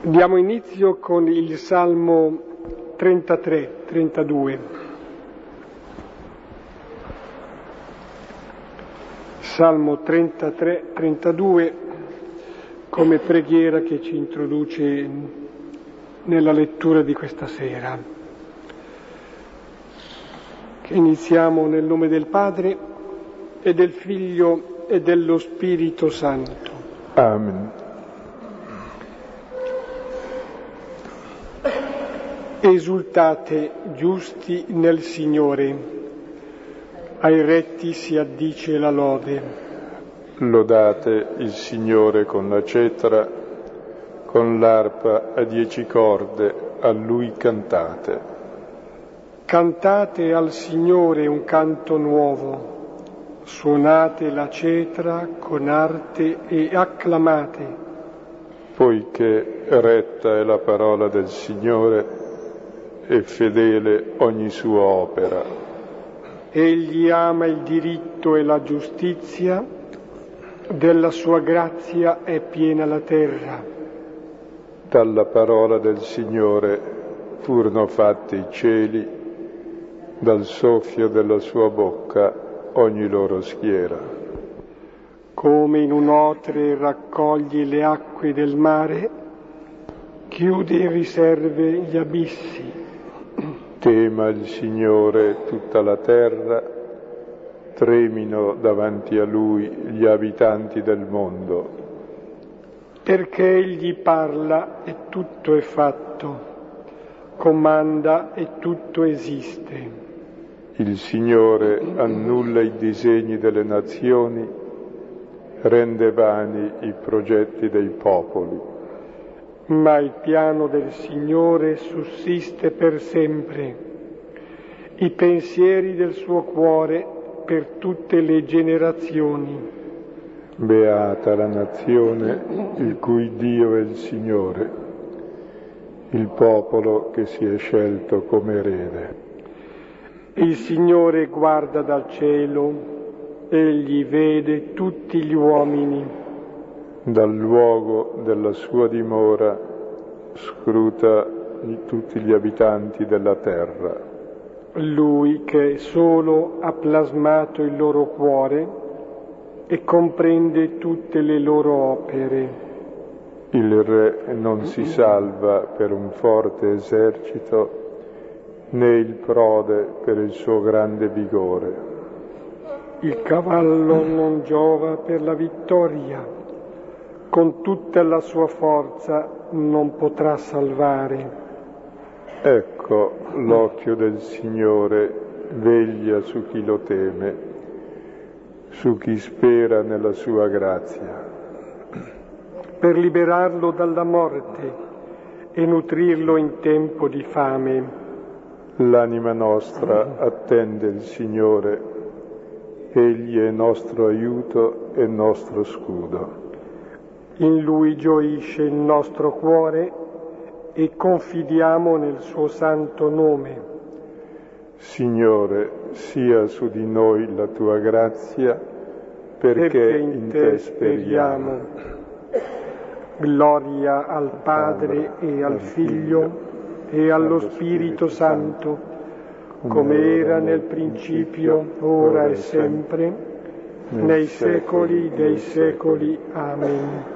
Diamo inizio con il Salmo 33-32. Salmo 33-32 come preghiera che ci introduce nella lettura di questa sera. Che iniziamo nel nome del Padre e del Figlio e dello Spirito Santo. Amen. Esultate giusti nel Signore, ai retti si addice la lode. Lodate il Signore con la cetra, con l'arpa a 10 corde, a Lui cantate. Cantate al Signore un canto nuovo, suonate la cetra con arte e acclamate. Poiché retta è la parola del Signore e fedele ogni sua opera. Egli ama il diritto e la giustizia, della sua grazia è piena la terra. Dalla parola del Signore furono fatti i cieli, dal soffio della sua bocca ogni loro schiera. Come in un otre raccoglie le acque del mare, chiude in riserve gli abissi. Tema il Signore tutta la terra, tremino davanti a Lui gli abitanti del mondo. Perché Egli parla e tutto è fatto, comanda e tutto esiste. Il Signore annulla i disegni delle nazioni, rende vani i progetti dei popoli. Ma il piano del Signore sussiste per sempre, i pensieri del suo cuore per tutte le generazioni. Beata la nazione il cui Dio è il Signore, il popolo che si è scelto come erede. Il Signore guarda dal cielo, egli vede tutti gli uomini. Dal luogo della sua dimora scruta tutti gli abitanti della terra. Lui che solo ha plasmato il loro cuore e comprende tutte le loro opere. Il re non si salva per un forte esercito, né il prode per il suo grande vigore. Il cavallo non giova per la vittoria, con tutta la sua forza non potrà salvare. Ecco l'occhio del Signore veglia su chi lo teme, su chi spera nella sua grazia. Per liberarlo dalla morte e nutrirlo in tempo di fame. L'anima nostra attende il Signore, Egli è nostro aiuto e nostro scudo. In Lui gioisce il nostro cuore e confidiamo nel suo santo nome. Signore, sia su di noi la tua grazia, perché in te speriamo. Gloria al Padre e al Figlio e allo Spirito Santo, come era nel principio, ora e sempre, nei secoli dei secoli. Amen.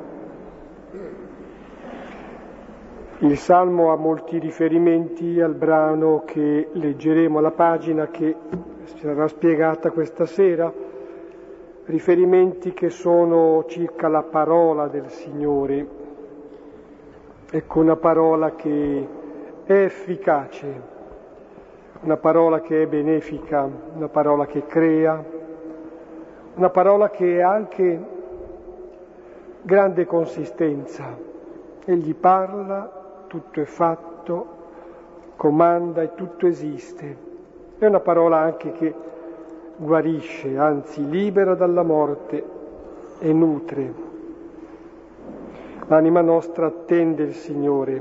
Il Salmo ha molti riferimenti al brano che leggeremo, alla pagina che sarà spiegata questa sera, riferimenti che sono circa la parola del Signore. Ecco, una parola che è efficace, una parola che è benefica, una parola che crea, una parola che ha anche grande consistenza. Egli parla, tutto è fatto, comanda e tutto esiste. È una parola anche che guarisce, anzi libera dalla morte e nutre. L'anima nostra attende il Signore.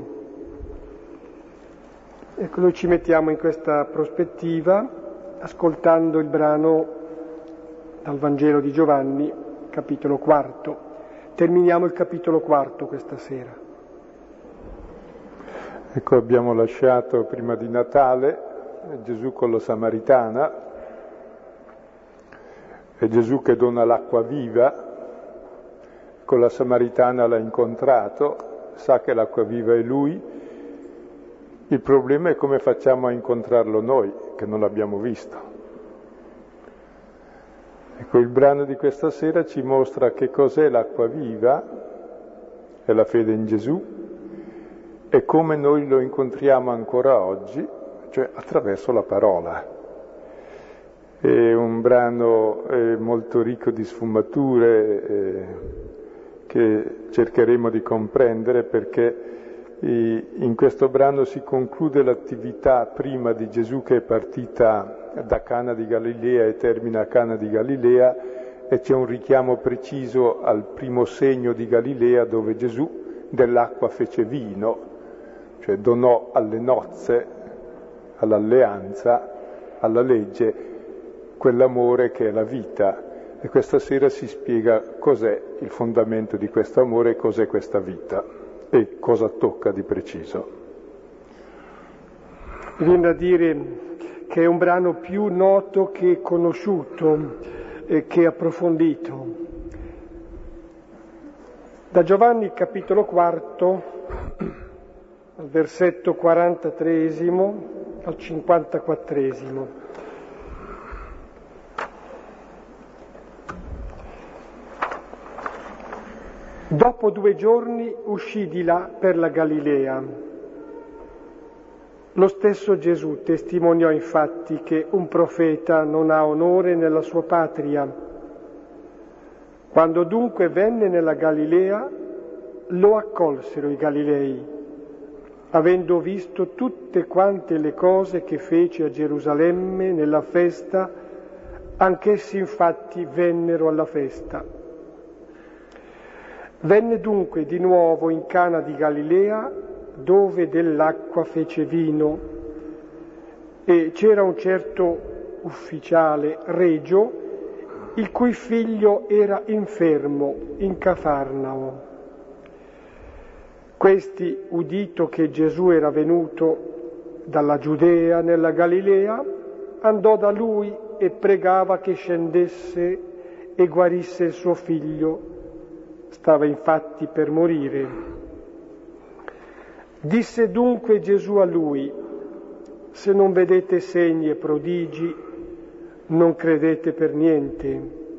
Ecco, noi ci mettiamo in questa prospettiva ascoltando il brano dal Vangelo di Giovanni, capitolo 4. Terminiamo il capitolo 4 questa sera. Ecco, abbiamo lasciato prima di Natale Gesù con la Samaritana, è Gesù che dona l'acqua viva, con la Samaritana l'ha incontrato, sa che l'acqua viva è Lui, il problema è come facciamo a incontrarlo noi, che non l'abbiamo visto. Ecco, il brano di questa sera ci mostra che cos'è l'acqua viva, è la fede in Gesù, e come noi lo incontriamo ancora oggi, cioè attraverso la parola. È un brano molto ricco di sfumature che cercheremo di comprendere, perché in questo brano si conclude l'attività prima di Gesù, che è partita da Cana di Galilea e termina a Cana di Galilea, e c'è un richiamo preciso al primo segno di Galilea, dove Gesù dell'acqua fece vino, cioè donò alle nozze, all'alleanza, alla legge, quell'amore che è la vita. E questa sera si spiega cos'è il fondamento di questo amore e cos'è questa vita e cosa tocca di preciso. Viene da dire che è un brano più noto che conosciuto e che approfondito. Da Giovanni capitolo 4, al versetto 43 al 54. Dopo 2 giorni uscì di là per la Galilea. Lo stesso Gesù testimoniò infatti che un profeta non ha onore nella sua patria. Quando dunque venne nella Galilea, lo accolsero i Galilei, avendo visto tutte quante le cose che fece a Gerusalemme nella festa, anch'essi infatti vennero alla festa. Venne dunque di nuovo in Cana di Galilea, dove dell'acqua fece vino, e c'era un certo ufficiale regio, il cui figlio era infermo in Cafarnao. Questi, udito che Gesù era venuto dalla Giudea nella Galilea, andò da lui e pregava che scendesse e guarisse il suo figlio. Stava infatti per morire. Disse dunque Gesù a lui: se non vedete segni e prodigi, non credete per niente.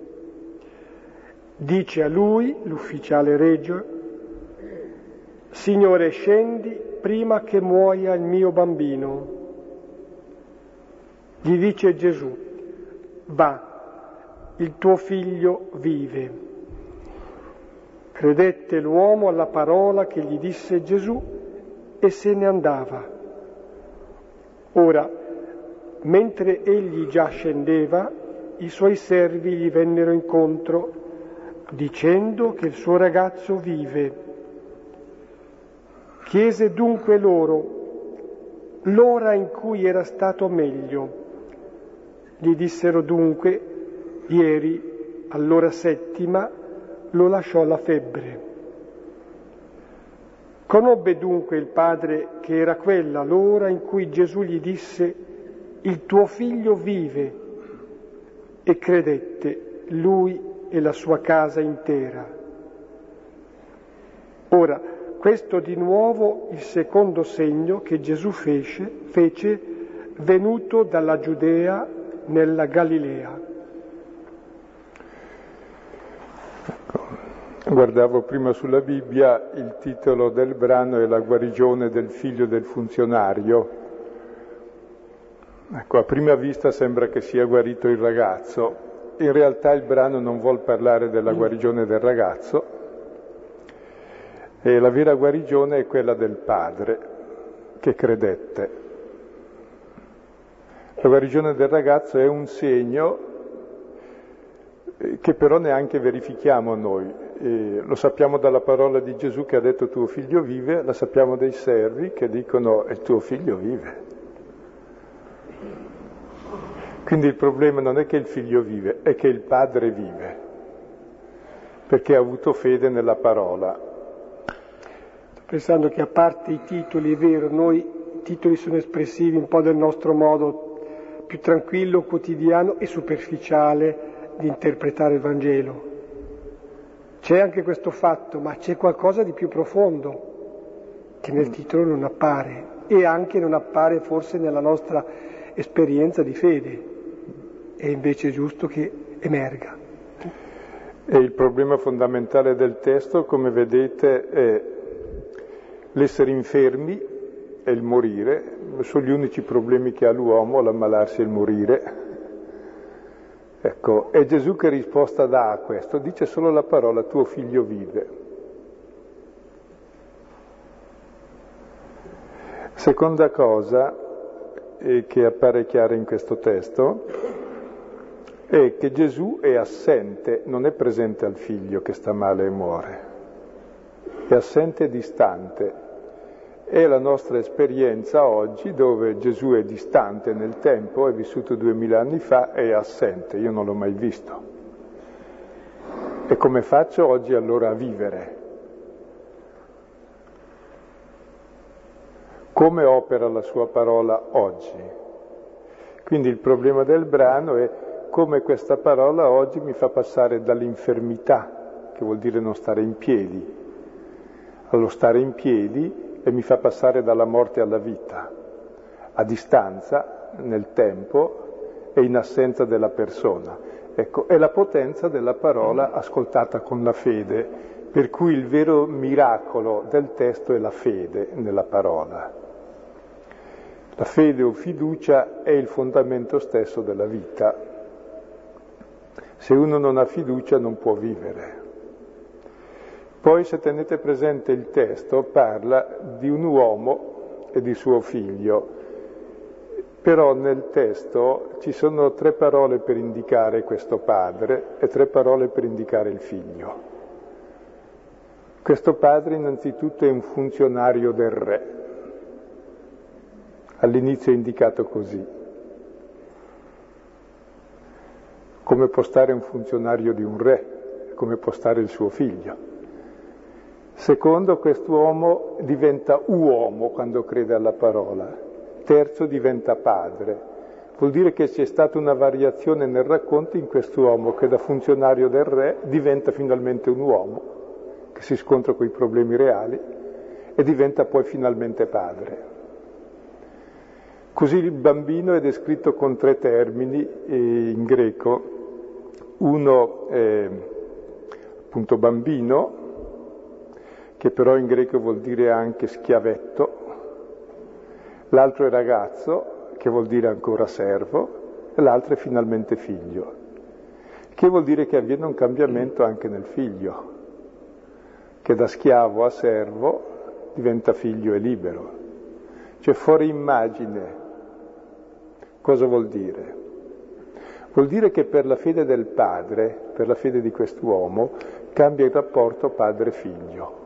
Dice a lui l'ufficiale regio: Signore, scendi prima che muoia il mio bambino. Gli dice Gesù: va, il tuo figlio vive. Credette l'uomo alla parola che gli disse Gesù e se ne andava. Ora, mentre egli già scendeva, i suoi servi gli vennero incontro, dicendo che il suo ragazzo vive. Chiese dunque loro l'ora in cui era stato meglio. Gli dissero dunque: ieri, all'ora 7, lo lasciò la febbre. Conobbe dunque il padre che era quella l'ora in cui Gesù gli disse: il tuo figlio vive, e credette lui e la sua casa intera. Ora, questo di nuovo il secondo segno che Gesù fece venuto dalla Giudea nella Galilea. Guardavo prima sulla Bibbia, il titolo del brano è La guarigione del figlio del funzionario. Ecco, a prima vista sembra che sia guarito il ragazzo. In realtà il brano non vuol parlare della guarigione del ragazzo, e la vera guarigione è quella del padre che credette. La guarigione del ragazzo è un segno che però neanche verifichiamo noi. Lo sappiamo dalla parola di Gesù che ha detto tuo figlio vive, la sappiamo dai servi che dicono il tuo figlio vive. Quindi il problema non è che il figlio vive, è che il padre vive, perché ha avuto fede nella parola. pensando che a parte i titoli, è vero, noi i titoli sono espressivi un po' del nostro modo più tranquillo, quotidiano e superficiale di interpretare il Vangelo. C'è anche questo fatto, ma c'è qualcosa di più profondo che nel titolo non appare e anche non appare forse nella nostra esperienza di fede. È invece giusto che emerga. E il problema fondamentale del testo, come vedete, è l'essere infermi e il morire. Sono gli unici problemi che ha l'uomo, l'ammalarsi e il morire. Ecco, e Gesù che risposta dà a questo? Dice solo la parola, tuo figlio vive. Seconda cosa che appare chiara in questo testo è che Gesù è assente, non è presente al figlio che sta male e muore, è assente e distante. È la nostra esperienza oggi dove Gesù è distante nel tempo, è vissuto 2000 anni fa, è assente, io non l'ho mai visto. E come faccio oggi allora a vivere? Come opera la sua parola oggi? Quindi il problema del brano è come questa parola oggi mi fa passare dall'infermità, che vuol dire non stare in piedi, allo stare in piedi, e mi fa passare dalla morte alla vita, a distanza nel tempo e in assenza della persona. Ecco, è la potenza della parola ascoltata con la fede, per cui il vero miracolo del testo è la fede nella parola. La fede o fiducia è il fondamento stesso della vita. Se uno non ha fiducia non può vivere. Poi, se tenete presente il testo, parla di un uomo e di suo figlio, però nel testo ci sono 3 parole per indicare questo padre e 3 parole per indicare il figlio. Questo padre innanzitutto è un funzionario del re, all'inizio è indicato così. Come può stare un funzionario di un re, come può stare il suo figlio. Secondo, quest'uomo diventa uomo quando crede alla parola. Terzo, diventa padre. Vuol dire che c'è stata una variazione nel racconto in quest'uomo che da funzionario del re diventa finalmente un uomo, che si scontra con i problemi reali e diventa poi finalmente padre. Così il bambino è descritto con 3 termini in greco. Uno è appunto bambino, che però in greco vuol dire anche schiavetto, l'altro è ragazzo, che vuol dire ancora servo, e l'altro è finalmente figlio, che vuol dire che avviene un cambiamento anche nel figlio, che da schiavo a servo diventa figlio e libero, cioè fuori immagine. Cosa vuol dire? Vuol dire che per la fede del padre, per la fede di quest'uomo, cambia il rapporto padre-figlio.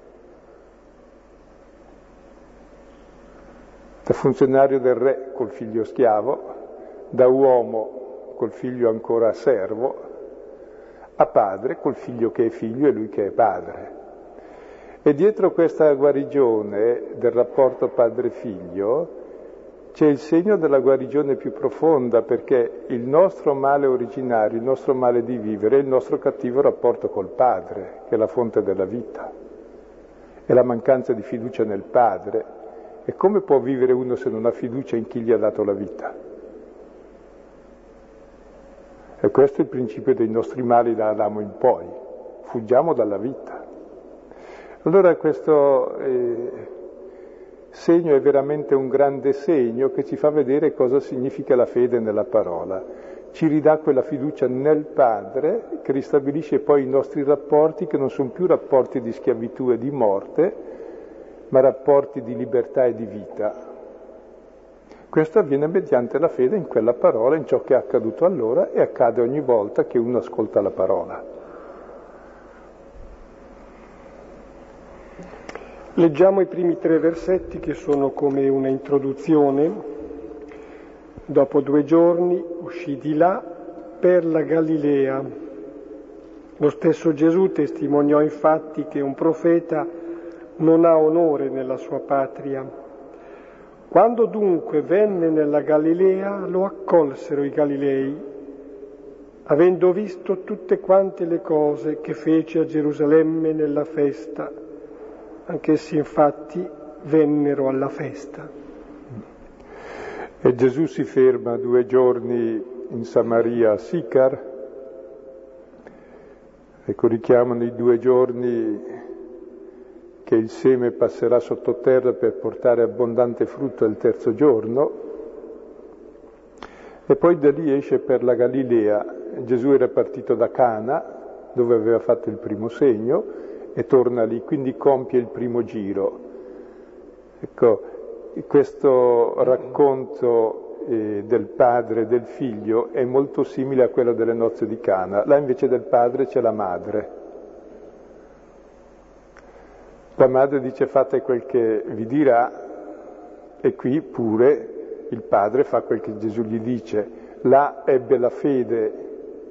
Da funzionario del re col figlio schiavo, da uomo col figlio ancora servo, a padre col figlio che è figlio e lui che è padre. E dietro questa guarigione del rapporto padre-figlio c'è il segno della guarigione più profonda, perché il nostro male originario, il nostro male di vivere è il nostro cattivo rapporto col padre, che è la fonte della vita, è la mancanza di fiducia nel padre. E come può vivere uno se non ha fiducia in chi gli ha dato la vita? E questo è il principio dei nostri mali da Adamo in poi. Fuggiamo dalla vita. Allora questo segno è veramente un grande segno che ci fa vedere cosa significa la fede nella parola. Ci ridà quella fiducia nel Padre che ristabilisce poi i nostri rapporti, che non sono più rapporti di schiavitù e di morte, ma rapporti di libertà e di vita. Questo avviene mediante la fede in quella parola, in ciò che è accaduto allora e accade ogni volta che uno ascolta la parola. Leggiamo i primi 3 versetti che sono come una introduzione. Dopo 2 giorni uscì di là per la Galilea. Lo stesso Gesù testimoniò infatti che un profeta non ha onore nella sua patria. Quando dunque venne nella Galilea, lo accolsero i Galilei, avendo visto tutte quante le cose che fece a Gerusalemme nella festa. Anch'essi infatti vennero alla festa. E Gesù si ferma 2 giorni in Samaria a Sicar. Ecco, richiamano i 2 giorni che il seme passerà sottoterra per portare abbondante frutto il 3° giorno, e poi da lì esce per la Galilea. Gesù era partito da Cana, dove aveva fatto il primo segno, e torna lì, quindi compie il primo giro. Ecco, questo racconto del padre e del figlio è molto simile a quello delle nozze di Cana. Là invece del padre c'è la madre. La madre dice: fate quel che vi dirà, e qui pure il padre fa quel che Gesù gli dice. Là ebbe la fede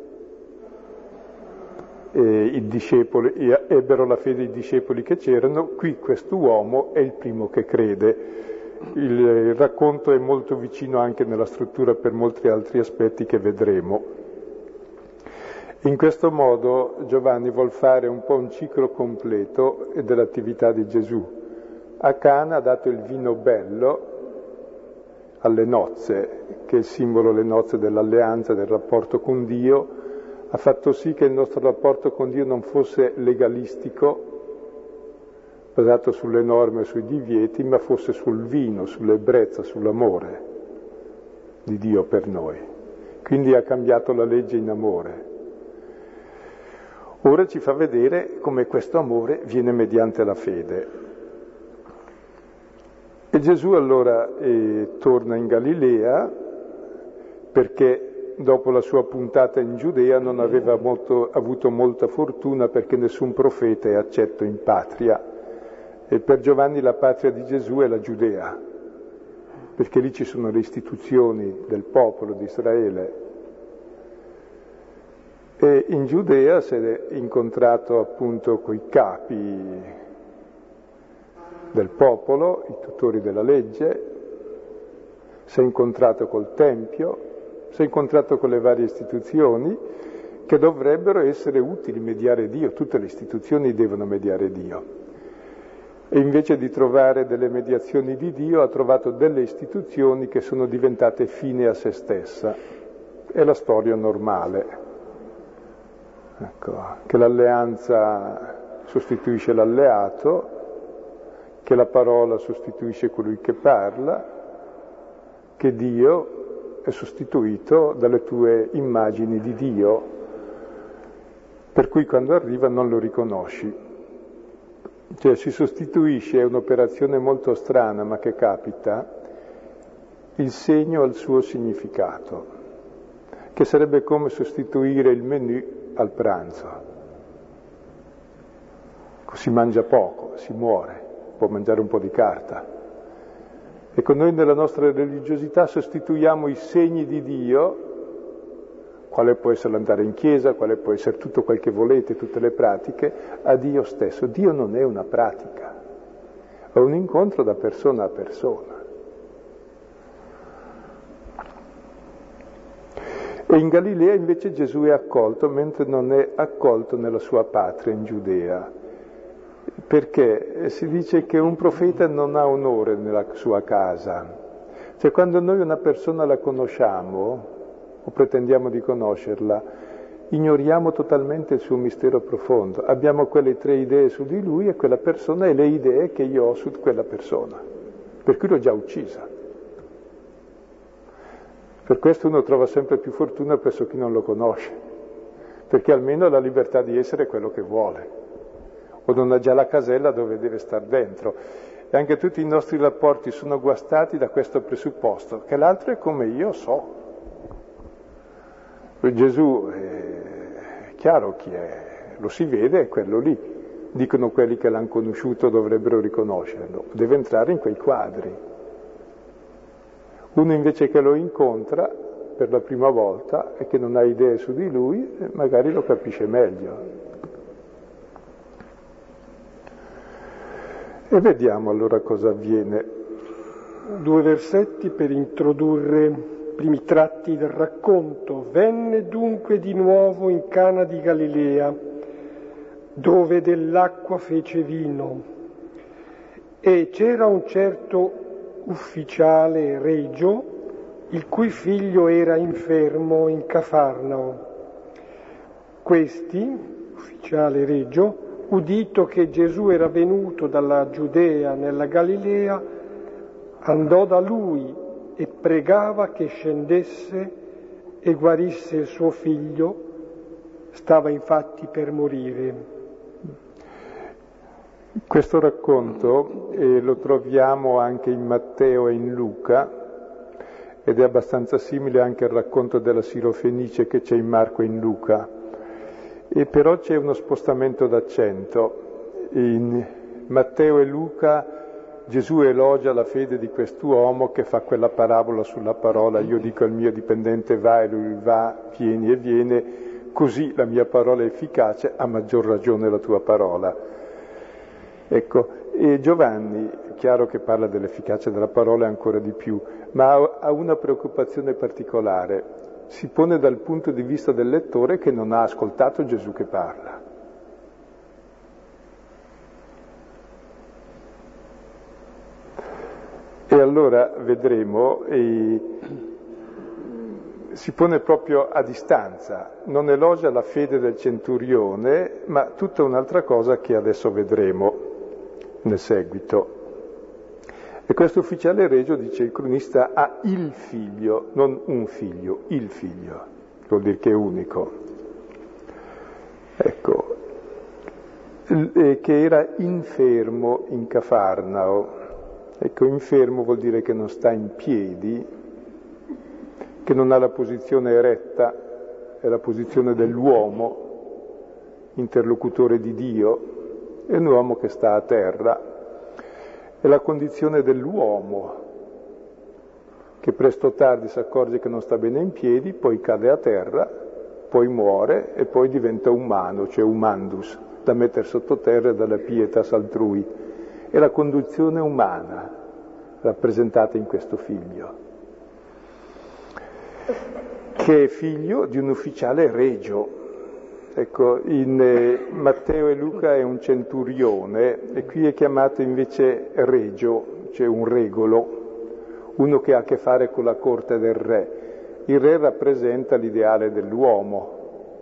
i discepoli, ebbero la fede i discepoli che c'erano, qui quest'uomo è il primo che crede. Il racconto è molto vicino anche nella struttura per molti altri aspetti che vedremo. In questo modo Giovanni vuol fare un po' un ciclo completo dell'attività di Gesù. A Cana ha dato il vino bello alle nozze, che è il simbolo, le nozze dell'alleanza, del rapporto con Dio. Ha fatto sì che il nostro rapporto con Dio non fosse legalistico, basato sulle norme e sui divieti, ma fosse sul vino, sull'ebbrezza, sull'amore di Dio per noi. Quindi ha cambiato la legge in amore. Ora ci fa vedere come questo amore viene mediante la fede. E Gesù allora torna in Galilea, perché dopo la sua puntata in Giudea non aveva avuto molta fortuna, perché nessun profeta è accetto in patria. E per Giovanni la patria di Gesù è la Giudea, perché lì ci sono le istituzioni del popolo di Israele. E in Giudea si è incontrato appunto coi capi del popolo, i tutori della legge, si è incontrato col Tempio, si è incontrato con le varie istituzioni che dovrebbero essere utili, mediare Dio. Tutte le istituzioni devono mediare Dio. E invece di trovare delle mediazioni di Dio ha trovato delle istituzioni che sono diventate fine a se stessa. È la storia normale. Ecco, che l'alleanza sostituisce l'alleato, che la parola sostituisce colui che parla, che Dio è sostituito dalle tue immagini di Dio, per cui quando arriva non lo riconosci. Cioè si sostituisce, è un'operazione molto strana ma che capita, il segno al suo significato, che sarebbe come sostituire il menù al pranzo. Si mangia poco, si muore, può mangiare un po' di carta. Ecco, noi nella nostra religiosità sostituiamo i segni di Dio, quale può essere l'andare in chiesa, quale può essere tutto quel che volete, tutte le pratiche, a Dio stesso. Dio non è una pratica, è un incontro da persona a persona. E in Galilea invece Gesù è accolto, mentre non è accolto nella sua patria, in Giudea. Perché si dice che un profeta non ha onore nella sua casa. Cioè quando noi una persona la conosciamo, o pretendiamo di conoscerla, ignoriamo totalmente il suo mistero profondo. Abbiamo quelle 3 idee su di lui e quella persona e le idee che io ho su quella persona. Per cui l'ho già uccisa. Per questo uno trova sempre più fortuna presso chi non lo conosce, perché almeno ha la libertà di essere quello che vuole. O non ha già la casella dove deve star dentro. E anche tutti i nostri rapporti sono guastati da questo presupposto, che l'altro è come io so. Gesù è chiaro chi è, lo si vede, è quello lì. Dicono quelli che l'hanno conosciuto dovrebbero riconoscerlo. Deve entrare in quei quadri. Uno invece che lo incontra per la prima volta e che non ha idee su di lui, magari lo capisce meglio. E vediamo allora cosa avviene. 2 versetti per introdurre i primi tratti del racconto. Venne dunque di nuovo in Cana di Galilea, dove dell'acqua fece vino, e c'era un certo ufficiale regio, il cui figlio era infermo in Cafarnao. Questi, ufficiale regio, udito che Gesù era venuto dalla Giudea nella Galilea, andò da lui e pregava che scendesse e guarisse il suo figlio, stava infatti per morire. Questo racconto lo troviamo anche in Matteo e in Luca ed è abbastanza simile anche al racconto della Sirofenice che c'è in Marco e in Luca. E però c'è uno spostamento d'accento. In Matteo e Luca Gesù elogia la fede di quest'uomo che fa quella parabola sulla parola: io dico al mio dipendente va e lui va, vieni e viene, così la mia parola è efficace, a maggior ragione la tua parola. Ecco, e Giovanni, chiaro che parla dell'efficacia della parola ancora di più, ma ha una preoccupazione particolare. Si pone dal punto di vista del lettore che non ha ascoltato Gesù che parla. E allora vedremo, si pone proprio a distanza, non elogia la fede del centurione, ma tutta un'altra cosa che adesso vedremo nel seguito. E questo ufficiale regio, dice il cronista, ha il figlio, non un figlio, il figlio, vuol dire che è unico. Ecco, che era infermo in Cafarnao. Ecco, infermo vuol dire che non sta in piedi, che non ha la posizione eretta, è la posizione dell'uomo, interlocutore di Dio, è un uomo che sta a terra. È la condizione dell'uomo che presto o tardi si accorge che non sta bene in piedi, poi cade a terra, poi muore e poi diventa umano, cioè humandus, da mettere sottoterra e dalla pietas altrui. È la condizione umana rappresentata in questo figlio, che è figlio di un ufficiale regio. Ecco, in Matteo e Luca è un centurione e qui è chiamato invece regio, cioè un regolo, uno che ha a che fare con la corte del re. Il re rappresenta l'ideale dell'uomo,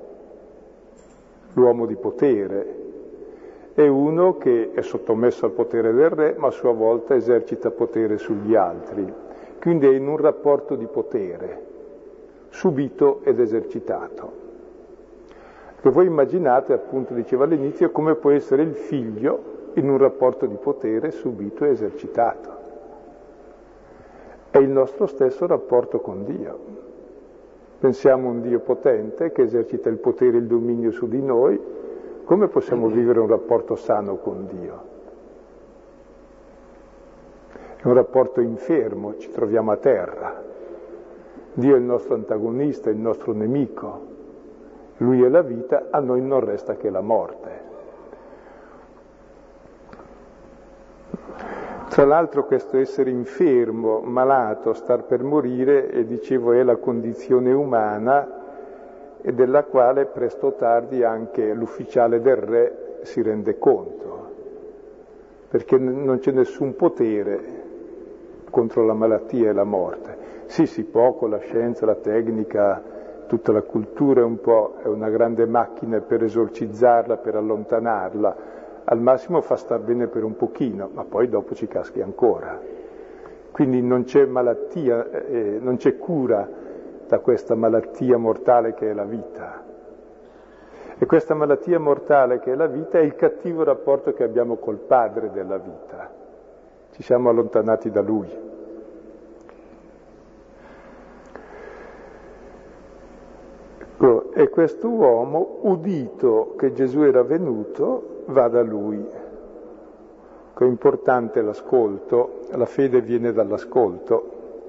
l'uomo di potere. È uno che è sottomesso al potere del re, ma a sua volta esercita potere sugli altri. Quindi è in un rapporto di potere, subito ed esercitato. Che voi immaginate, appunto, diceva all'inizio, come può essere il figlio in un rapporto di potere subito e esercitato. È il nostro stesso rapporto con Dio. Pensiamo a un Dio potente che esercita il potere e il dominio su di noi. Come possiamo vivere un rapporto sano con Dio? È un rapporto infermo, ci troviamo a terra. Dio è il nostro antagonista, il nostro nemico. Lui è la vita, a noi non resta che la morte. Tra l'altro questo essere infermo, malato, star per morire, e dicevo è la condizione umana e della quale presto o tardi anche l'ufficiale del re si rende conto, perché non c'è nessun potere contro la malattia e la morte. Sì, si può con la scienza, la tecnica, tutta la cultura è una grande macchina per esorcizzarla, per allontanarla, al massimo fa star bene per un pochino, ma poi dopo ci caschi ancora. Quindi non c'è malattia, non c'è cura da questa malattia mortale che è la vita. E questa malattia mortale che è la vita è il cattivo rapporto che abbiamo col padre della vita. Ci siamo allontanati da lui. E questo uomo, udito che Gesù era venuto, va da lui. È importante l'ascolto, la fede viene dall'ascolto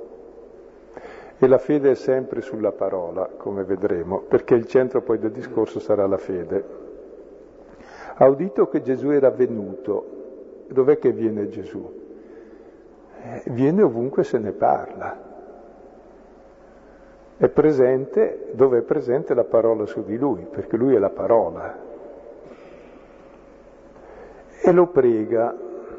e la fede è sempre sulla parola, come vedremo, perché il centro poi del discorso sarà la fede. Ha udito che Gesù era venuto. Dov'è che viene Gesù? Viene ovunque se ne parla. È presente dove è presente la parola su di lui, perché lui è la parola. E lo prega.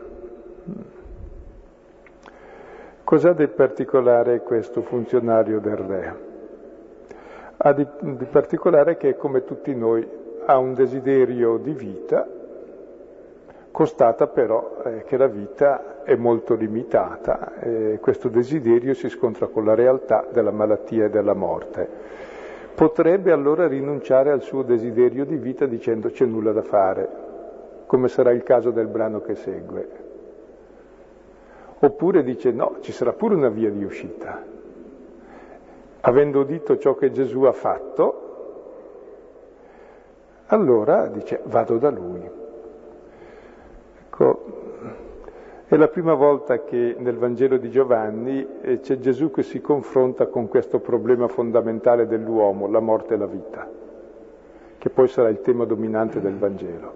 Cos'ha di particolare questo funzionario del re? Ha di particolare che, come tutti noi, ha un desiderio di vita, constata però che la vita è molto limitata e questo desiderio si scontra con la realtà della malattia e della morte. Potrebbe allora rinunciare al suo desiderio di vita dicendo c'è nulla da fare, come sarà il caso del brano che segue. Oppure dice no, ci sarà pure una via di uscita. Avendo udito ciò che Gesù ha fatto, allora dice vado da lui. Ecco, è la prima volta che nel Vangelo di Giovanni c'è Gesù che si confronta con questo problema fondamentale dell'uomo, la morte e la vita, che poi sarà il tema dominante del Vangelo.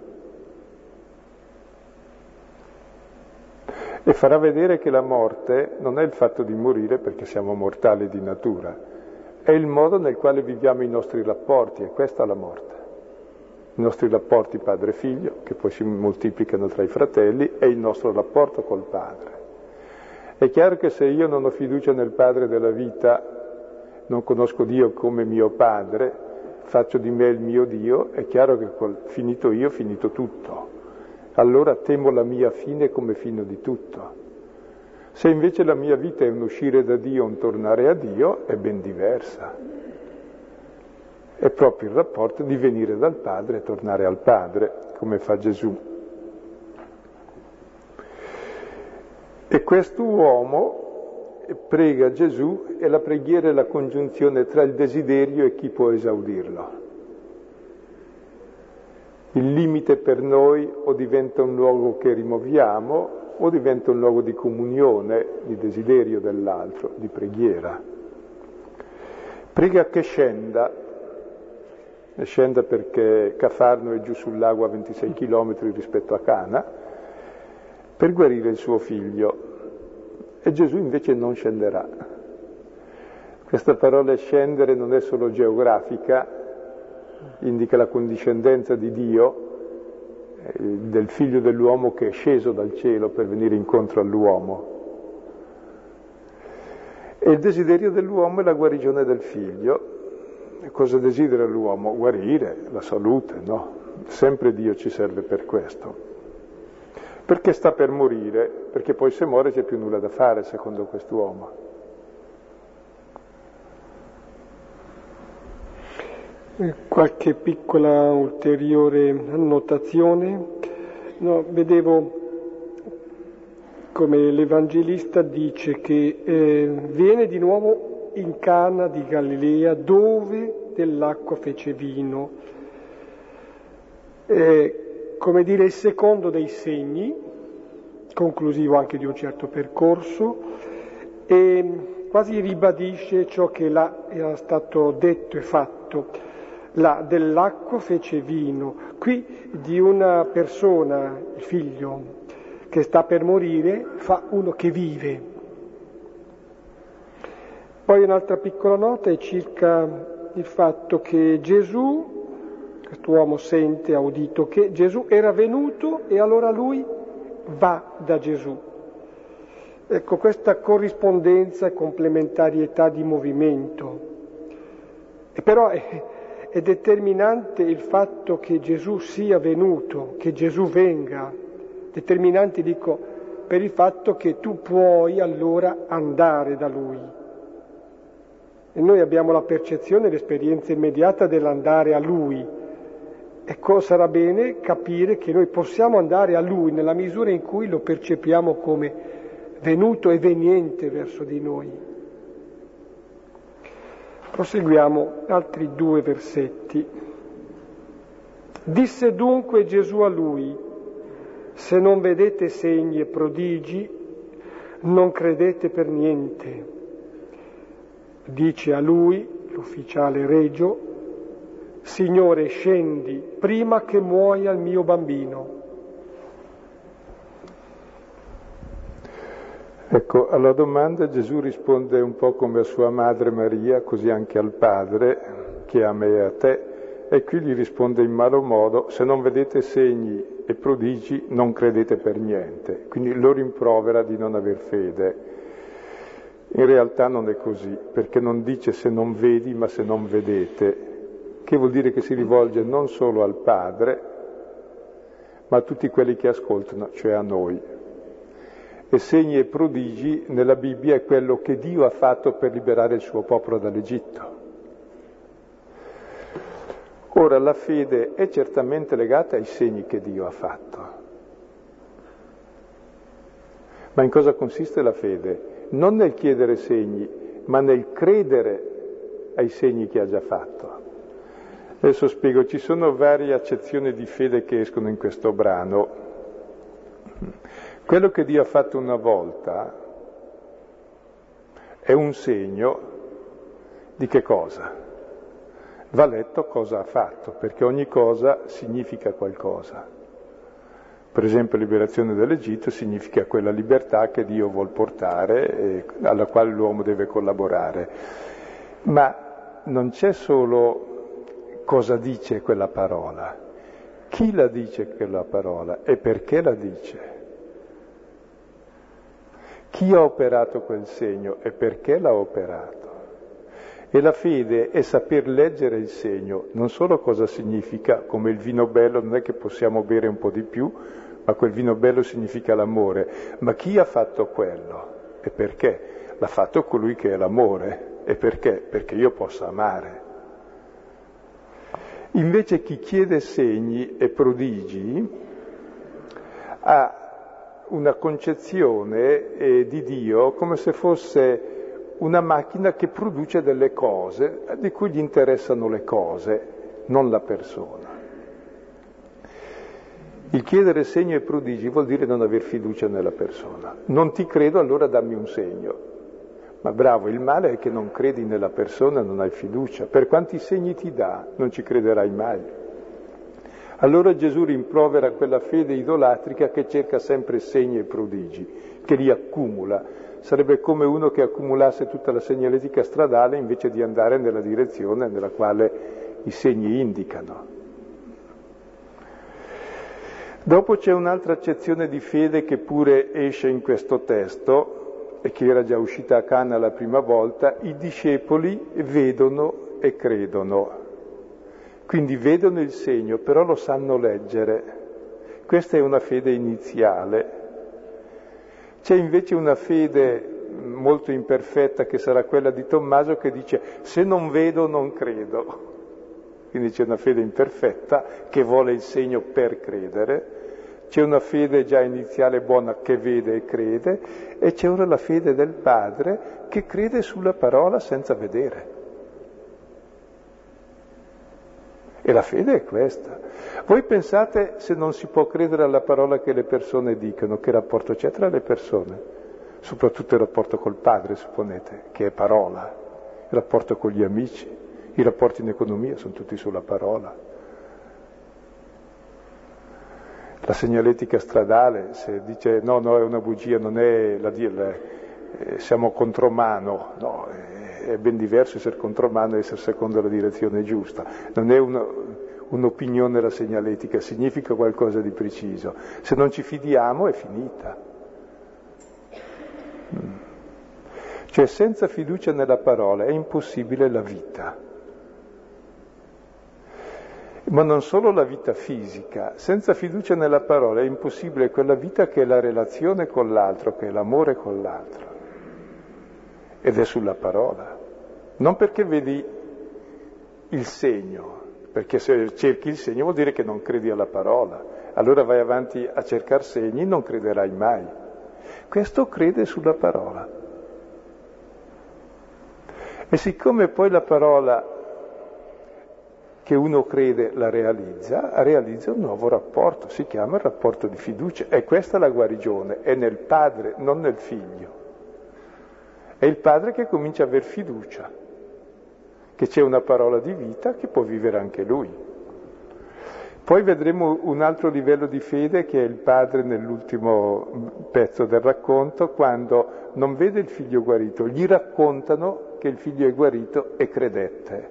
E farà vedere che la morte non è il fatto di morire perché siamo mortali di natura, è il modo nel quale viviamo i nostri rapporti, è questa la morte. I nostri rapporti padre-figlio, che poi si moltiplicano tra i fratelli, e il nostro rapporto col padre. È chiaro che se io non ho fiducia nel padre della vita, non conosco Dio come mio padre, faccio di me il mio Dio, è chiaro che finito io, finito tutto. Allora temo la mia fine come fine di tutto. Se invece la mia vita è un uscire da Dio, un tornare a Dio, è ben diversa. È proprio il rapporto di venire dal Padre e tornare al Padre, come fa Gesù. E questo uomo prega Gesù e la preghiera è la congiunzione tra il desiderio e chi può esaudirlo. Il limite per noi o diventa un luogo che rimuoviamo o diventa un luogo di comunione, di desiderio dell'altro, di preghiera. Prega che scenda perché Cafarno è giù sul lago a 26 chilometri rispetto a Cana, per guarire il suo figlio. E Gesù invece non scenderà. Questa parola scendere non è solo geografica, indica la condiscendenza di Dio, del figlio dell'uomo che è sceso dal cielo per venire incontro all'uomo. E il desiderio dell'uomo è la guarigione del figlio. Cosa desidera l'uomo? Guarire, la salute, no? Sempre Dio ci serve per questo. Perché sta per morire? Perché poi se muore c'è più nulla da fare, secondo quest'uomo. Qualche piccola ulteriore annotazione. No, vedevo come l'Evangelista dice che viene di nuovo in Cana di Galilea, dove dell'acqua fece vino. Come dire, il secondo dei segni, conclusivo anche di un certo percorso, e quasi ribadisce ciò che là era stato detto e fatto. Là dell'acqua fece vino. Qui di una persona, il figlio, che sta per morire, fa uno che vive. Poi un'altra piccola nota è circa il fatto che Gesù, quest'uomo sente, ha udito che Gesù era venuto e allora lui va da Gesù. Ecco, questa corrispondenza e complementarietà di movimento. E però è determinante il fatto che Gesù sia venuto, che Gesù venga. Determinante, dico, per il fatto che tu puoi allora andare da Lui. E noi abbiamo la percezione, l'esperienza immediata dell'andare a Lui. Ecco, sarà bene capire che noi possiamo andare a Lui nella misura in cui lo percepiamo come venuto e veniente verso di noi. Proseguiamo altri 2 versetti. Disse dunque Gesù a lui: se non vedete segni e prodigi, non credete per niente. Dice a lui, l'ufficiale regio: Signore, scendi prima che muoia il mio bambino. Ecco, alla domanda Gesù risponde un po' come a sua madre Maria, così anche al Padre, che a me e a te, e qui gli risponde in malo modo: se non vedete segni e prodigi non credete per niente. Quindi lo rimprovera di non aver fede. In realtà non è così, perché non dice se non vedi ma se non vedete, che vuol dire che si rivolge non solo al Padre, ma a tutti quelli che ascoltano, cioè a noi. E segni e prodigi nella Bibbia è quello che Dio ha fatto per liberare il suo popolo dall'Egitto. Ora, la fede è certamente legata ai segni che Dio ha fatto. Ma in cosa consiste la fede? Non nel chiedere segni, ma nel credere ai segni che ha già fatto. Adesso spiego, ci sono varie accezioni di fede che escono in questo brano. Quello che Dio ha fatto una volta è un segno di che cosa? Va letto cosa ha fatto, perché ogni cosa significa qualcosa. Per esempio liberazione dall'Egitto significa quella libertà che Dio vuol portare e alla quale l'uomo deve collaborare. Ma non c'è solo cosa dice quella parola, chi la dice quella parola e perché la dice. Chi ha operato quel segno e perché l'ha operato? E la fede è saper leggere il segno, non solo cosa significa, come il vino bello non è che possiamo bere un po' di più, ma quel vino bello significa l'amore, ma chi ha fatto quello e perché? L'ha fatto colui che è l'amore. E perché? Perché io possa amare. Invece chi chiede segni e prodigi ha una concezione di Dio come se fosse una macchina che produce delle cose, di cui gli interessano le cose, non la persona. Il chiedere segni e prodigi vuol dire non aver fiducia nella persona. Non ti credo, allora dammi un segno. Ma bravo, il male è che non credi nella persona, non hai fiducia. Per quanti segni ti dà, non ci crederai mai. Allora Gesù rimprovera quella fede idolatrica che cerca sempre segni e prodigi, che li accumula. Sarebbe come uno che accumulasse tutta la segnaletica stradale invece di andare nella direzione nella quale i segni indicano. Dopo c'è un'altra accezione di fede che pure esce in questo testo e che era già uscita a Cana la prima volta: i discepoli vedono e credono. Quindi vedono il segno, però lo sanno leggere. Questa è una fede iniziale. C'è invece una fede molto imperfetta che sarà quella di Tommaso, che dice: se non vedo non credo. Quindi c'è una fede imperfetta che vuole il segno per credere, c'è una fede già iniziale buona che vede e crede, e c'è ora la fede del Padre che crede sulla parola senza vedere. E la fede è questa. Voi pensate, se non si può credere alla parola che le persone dicono, che rapporto c'è tra le persone? Soprattutto il rapporto col Padre, supponete, che è parola, il rapporto con gli amici, i rapporti in economia sono tutti sulla parola. La segnaletica stradale, se dice no, è una bugia, non è siamo contromano, no, è ben diverso essere contromano e essere secondo la direzione giusta. Non è un'opinione la segnaletica, significa qualcosa di preciso. Se non ci fidiamo è finita. Cioè senza fiducia nella parola è impossibile la vita. Ma non solo la vita fisica, senza fiducia nella parola è impossibile quella vita che è la relazione con l'altro, che è l'amore con l'altro. Ed è sulla parola. Non perché vedi il segno, perché se cerchi il segno vuol dire che non credi alla parola. Allora vai avanti a cercare segni, non crederai mai. Questo crede sulla parola. E siccome poi la parola che uno crede la realizza un nuovo rapporto, si chiama il rapporto di fiducia. E questa è la guarigione, è nel Padre, non nel Figlio. È il Padre che comincia a aver fiducia, che c'è una parola di vita che può vivere anche Lui. Poi vedremo un altro livello di fede che è il padre nell'ultimo pezzo del racconto, quando non vede il figlio guarito, gli raccontano che il figlio è guarito e credette.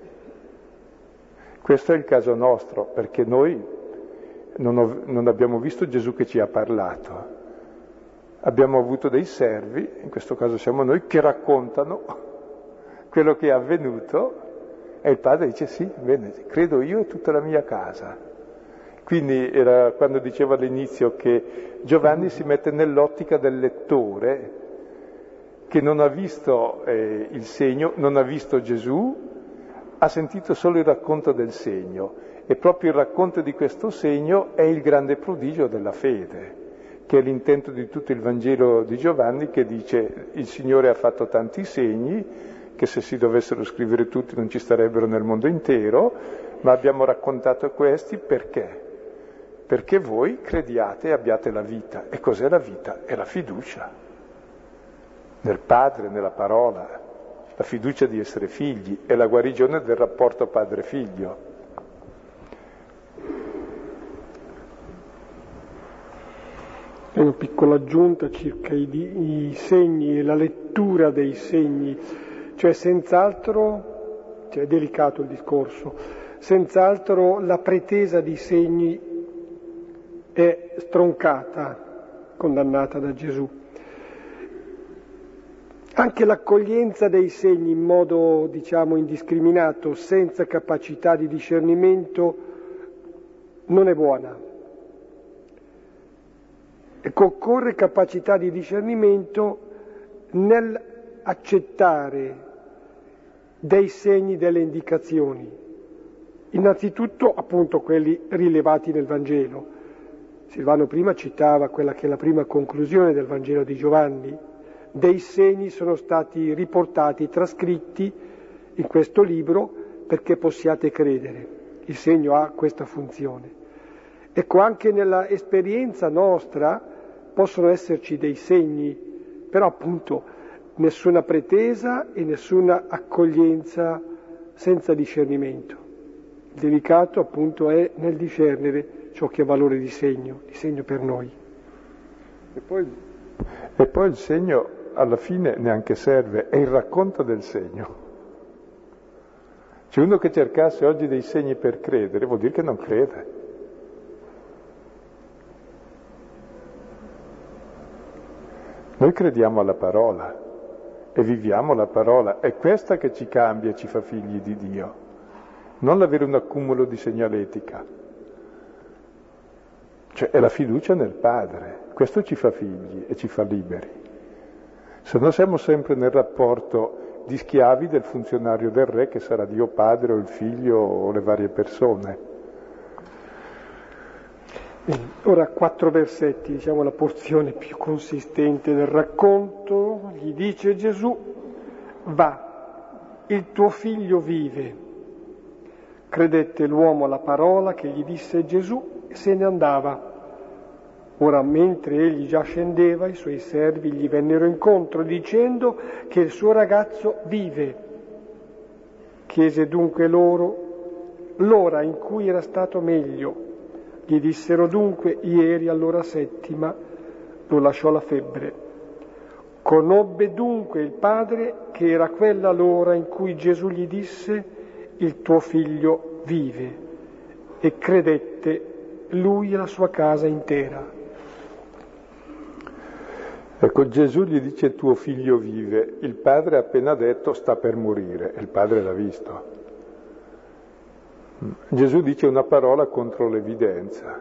Questo è il caso nostro, perché noi non abbiamo visto Gesù che ci ha parlato. Abbiamo avuto dei servi, in questo caso siamo noi, che raccontano quello che è avvenuto e il padre dice sì, bene, credo io e tutta la mia casa. Quindi era quando dicevo all'inizio che Giovanni si mette nell'ottica del lettore che non ha visto il segno, non ha visto Gesù, ha sentito solo il racconto del segno e proprio il racconto di questo segno è il grande prodigio della fede, che è l'intento di tutto il Vangelo di Giovanni, che dice il Signore ha fatto tanti segni che se si dovessero scrivere tutti non ci starebbero nel mondo intero, ma abbiamo raccontato questi perché? Perché voi crediate e abbiate la vita. E cos'è la vita? È la fiducia nel Padre, nella parola, la fiducia di essere figli, è la guarigione del rapporto padre-figlio. Una piccola aggiunta circa i segni e la lettura dei segni, cioè senz'altro, è delicato il discorso, senz'altro la pretesa di segni è stroncata, condannata da Gesù. Anche l'accoglienza dei segni in modo, indiscriminato, senza capacità di discernimento, non è buona. Ecco, occorre capacità di discernimento nel accettare dei segni, delle indicazioni. Innanzitutto, appunto, quelli rilevati nel Vangelo. Silvano prima citava quella che è la prima conclusione del Vangelo di Giovanni. Dei segni sono stati riportati, trascritti in questo libro perché possiate credere. Il segno ha questa funzione. Ecco, anche nella esperienza nostra possono esserci dei segni, però appunto nessuna pretesa e nessuna accoglienza senza discernimento. Il delicato appunto è nel discernere ciò che ha valore di segno per noi. E poi il segno alla fine neanche serve, è il racconto del segno. C'è uno che cercasse oggi dei segni per credere, vuol dire che non crede. Noi crediamo alla parola e viviamo la parola, è questa che ci cambia e ci fa figli di Dio, non l'avere un accumulo di segnaletica. Cioè è la fiducia nel Padre, questo ci fa figli e ci fa liberi. Se no siamo sempre nel rapporto di schiavi del funzionario del re che sarà Dio Padre o il Figlio o le varie persone. Ora 4 versetti, la porzione più consistente del racconto. Gli dice Gesù: va, il tuo figlio vive. Credette l'uomo alla parola che gli disse Gesù e se ne andava. Ora, mentre egli già scendeva, i suoi servi gli vennero incontro dicendo che il suo ragazzo vive. Chiese dunque loro l'ora in cui era stato meglio. Gli dissero dunque: ieri all'ora 7 lo lasciò la febbre. Conobbe dunque il padre che era quella l'ora in cui Gesù gli disse: il tuo figlio vive, e credette lui e la sua casa intera. Ecco, Gesù gli dice tuo figlio vive, il padre ha appena detto sta per morire, e il padre l'ha visto. Gesù dice una parola contro l'evidenza,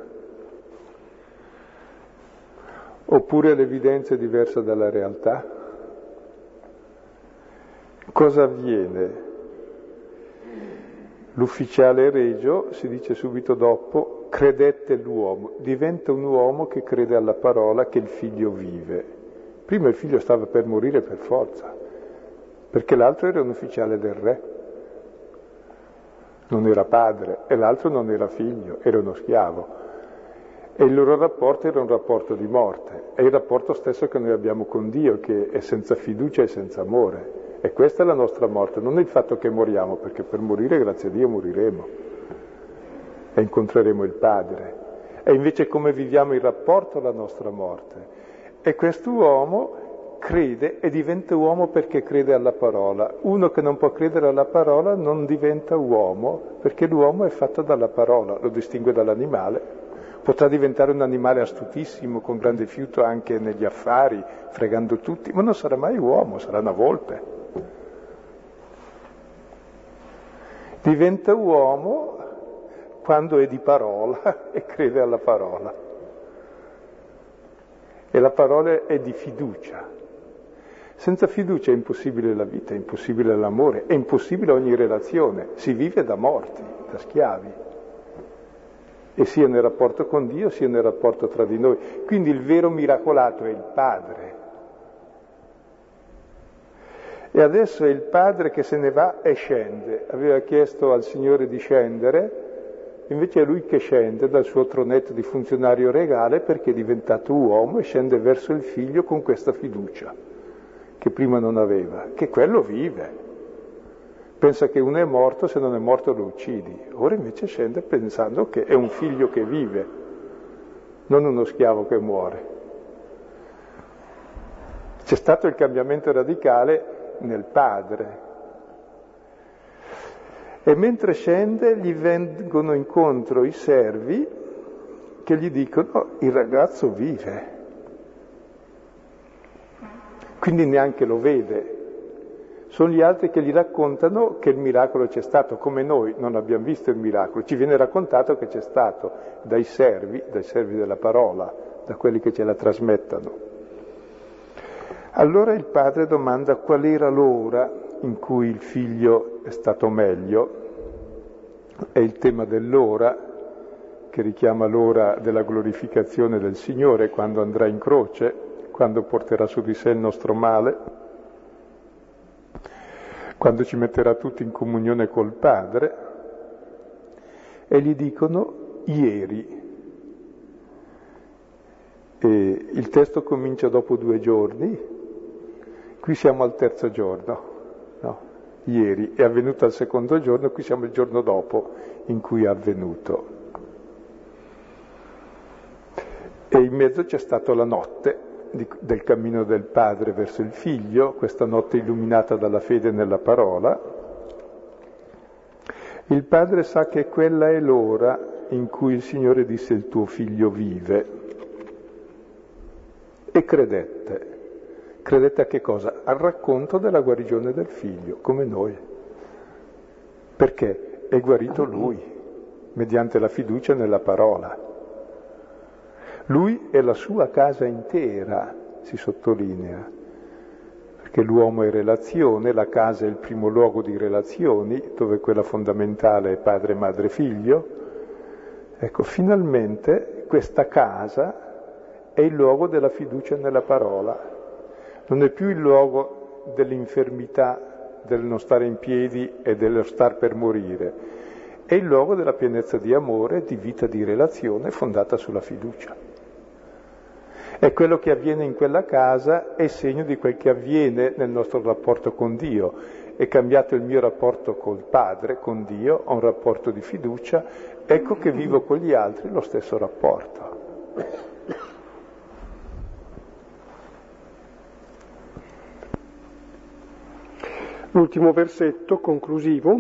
oppure l'evidenza è diversa dalla realtà. Cosa avviene? L'ufficiale regio, si dice subito dopo, credette l'uomo, diventa un uomo che crede alla parola che il figlio vive. Prima il figlio stava per morire per forza, perché l'altro era un ufficiale del re, non era padre, e l'altro non era figlio, era uno schiavo. E il loro rapporto era un rapporto di morte, è il rapporto stesso che noi abbiamo con Dio, che è senza fiducia e senza amore. E questa è la nostra morte, non il fatto che moriamo, perché per morire, grazie a Dio, moriremo. e incontreremo il Padre. E invece come viviamo il rapporto alla nostra morte. E quest'uomo crede e diventa uomo perché crede alla parola. Uno che non può credere alla parola non diventa uomo, perché l'uomo è fatto dalla parola, lo distingue dall'animale. Potrà diventare un animale astutissimo, con grande fiuto anche negli affari, fregando tutti, ma non sarà mai uomo, sarà una volpe. Diventa uomo quando è di parola e crede alla parola. E la parola è di fiducia. Senza fiducia è impossibile la vita, è impossibile l'amore, è impossibile ogni relazione. Si vive da morti, da schiavi. E sia nel rapporto con Dio, sia nel rapporto tra di noi. Quindi il vero miracolato è il Padre. E adesso è il Padre che se ne va e scende. Aveva chiesto al Signore di scendere, invece è Lui che scende dal suo tronetto di funzionario regale perché è diventato uomo e scende verso il Figlio con questa fiducia che prima non aveva, che quello vive. Pensa che uno è morto, se non è morto lo uccidi. Ora invece scende pensando che è un figlio che vive, non uno schiavo che muore. C'è stato il cambiamento radicale nel Padre. E mentre scende gli vengono incontro i servi che gli dicono il ragazzo vive. Quindi neanche lo vede. Sono gli altri che gli raccontano che il miracolo c'è stato, come noi non abbiamo visto il miracolo, ci viene raccontato che c'è stato dai servi della parola, da quelli che ce la trasmettono. Allora il padre domanda qual era l'ora in cui il figlio è stato meglio. È il tema dell'ora, che richiama l'ora della glorificazione del Signore, quando andrà in croce, quando porterà su di sé il nostro male, quando ci metterà tutti in comunione col Padre, e gli dicono ieri. E il testo comincia dopo 2 giorni, qui siamo al 3° giorno, no? Ieri è avvenuto al 2° giorno, qui siamo il giorno dopo in cui è avvenuto. E in mezzo c'è stata la notte del cammino del Padre verso il Figlio, questa notte illuminata dalla fede nella parola. Il Padre sa che quella è l'ora in cui il Signore disse il tuo figlio vive. E credette. Credette a che cosa? Al racconto della guarigione del figlio, come noi. Perché è guarito lui, mediante la fiducia nella parola. Lui e la sua casa intera, si sottolinea, perché l'uomo è relazione, la casa è il primo luogo di relazioni, dove quella fondamentale è padre, madre, figlio. Ecco, finalmente questa casa è il luogo della fiducia nella parola, non è più il luogo dell'infermità, del non stare in piedi e dello star per morire, è il luogo della pienezza di amore, di vita, di relazione fondata sulla fiducia. E quello che avviene in quella casa è segno di quel che avviene nel nostro rapporto con Dio. È cambiato il mio rapporto col Padre, con Dio, ho un rapporto di fiducia, ecco che vivo con gli altri lo stesso rapporto. L'ultimo versetto conclusivo.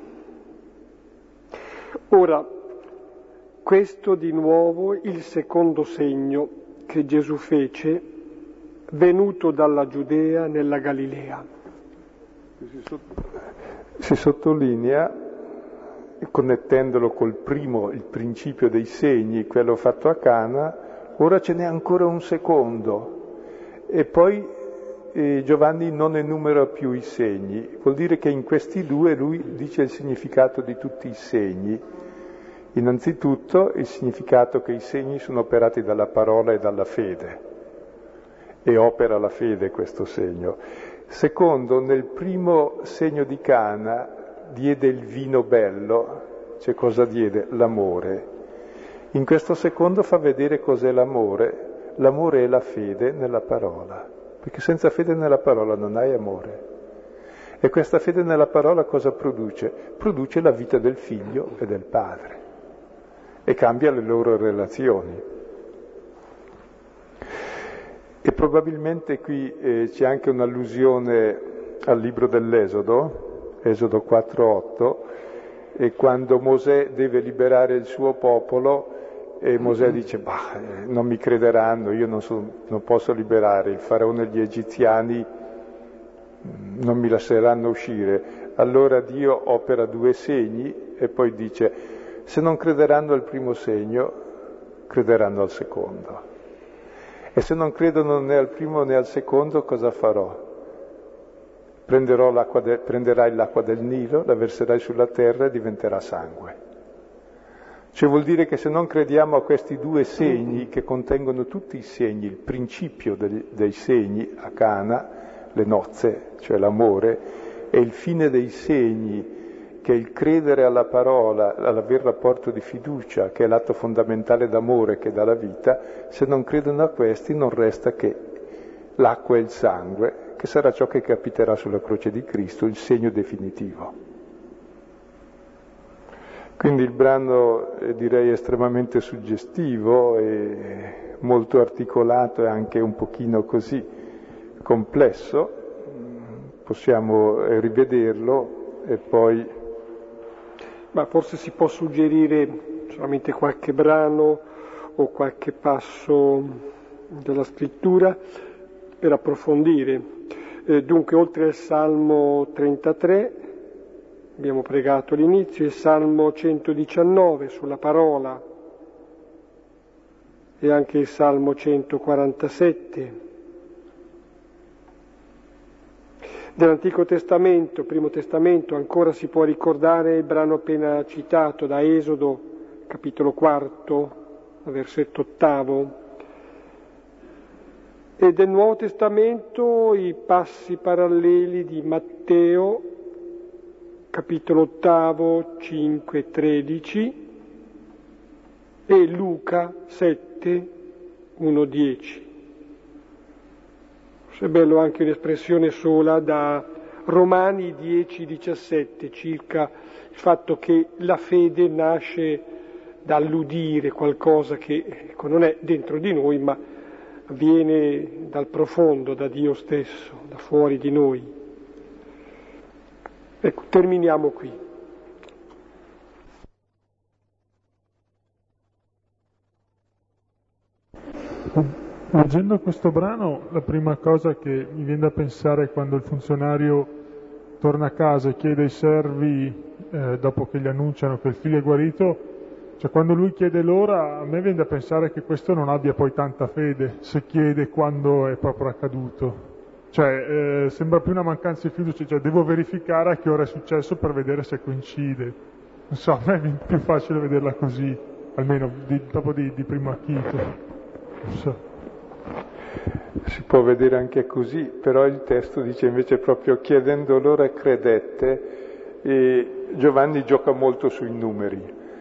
Ora, questo di nuovo il secondo segno che Gesù fece, venuto dalla Giudea nella Galilea. Si sottolinea, connettendolo col primo, il principio dei segni, quello fatto a Cana, ora ce n'è ancora un secondo. E poi Giovanni non enumera più i segni, vuol dire che in questi 2 lui dice il significato di tutti i segni. Innanzitutto il significato che i segni sono operati dalla parola e dalla fede, e opera la fede questo segno. Secondo, nel primo segno di Cana diede il vino bello, cioè cosa diede? L'amore. In questo secondo fa vedere cos'è l'amore. L'amore è la fede nella parola, perché senza fede nella parola non hai amore. E questa fede nella parola cosa produce? Produce la vita del figlio e del padre. e cambia le loro relazioni. E probabilmente qui c'è anche un'allusione al libro dell'Esodo, Esodo 4:8, e quando Mosè deve liberare il suo popolo e Mosè dice non mi crederanno, io non posso liberare, il faraone e gli egiziani non mi lasceranno uscire. Allora Dio opera 2 segni e poi dice: se non crederanno al primo segno, crederanno al secondo. E se non credono né al primo né al secondo, cosa farò? Prenderai l'acqua del Nilo, la verserai sulla terra e diventerà sangue. Cioè vuol dire che se non crediamo a questi 2 segni, che contengono tutti i segni, il principio dei segni a Cana, le nozze, cioè l'amore, e il fine dei segni, che è il credere alla parola, all'aver rapporto di fiducia, che è l'atto fondamentale d'amore che dà la vita, se non credono a questi non resta che l'acqua e il sangue, che sarà ciò che capiterà sulla croce di Cristo, il segno definitivo. Quindi il brano direi estremamente suggestivo e molto articolato e anche un pochino così complesso, possiamo rivederlo e poi... Ma forse si può suggerire solamente qualche brano o qualche passo della scrittura per approfondire. Dunque, oltre al Salmo 33, abbiamo pregato all'inizio, il Salmo 119 sulla parola e anche il Salmo 147. Dell'Antico Testamento, Primo Testamento, ancora si può ricordare il brano appena citato da Esodo, capitolo 4, versetto 8. E del Nuovo Testamento i passi paralleli di Matteo, capitolo 8, 5, 13, e Luca 7, 1, 10. È bello anche un'espressione sola da Romani 10, 17, circa il fatto che la fede nasce dall'udire qualcosa che non è dentro di noi, ma viene dal profondo, da Dio stesso, da fuori di noi. Ecco, terminiamo qui. Leggendo questo brano, la prima cosa che mi viene da pensare è quando il funzionario torna a casa e chiede ai servi, dopo che gli annunciano che il figlio è guarito, cioè quando lui chiede l'ora, a me viene da pensare che questo non abbia poi tanta fede, se chiede quando è proprio accaduto. Cioè, sembra più una mancanza di fiducia, cioè devo verificare a che ora è successo per vedere se coincide. Non so, a me è più facile vederla così, almeno dopo di primo acchito. Non so. Si può vedere anche così, però il testo dice invece proprio chiedendo l'ora credette, e Giovanni gioca molto sui numeri.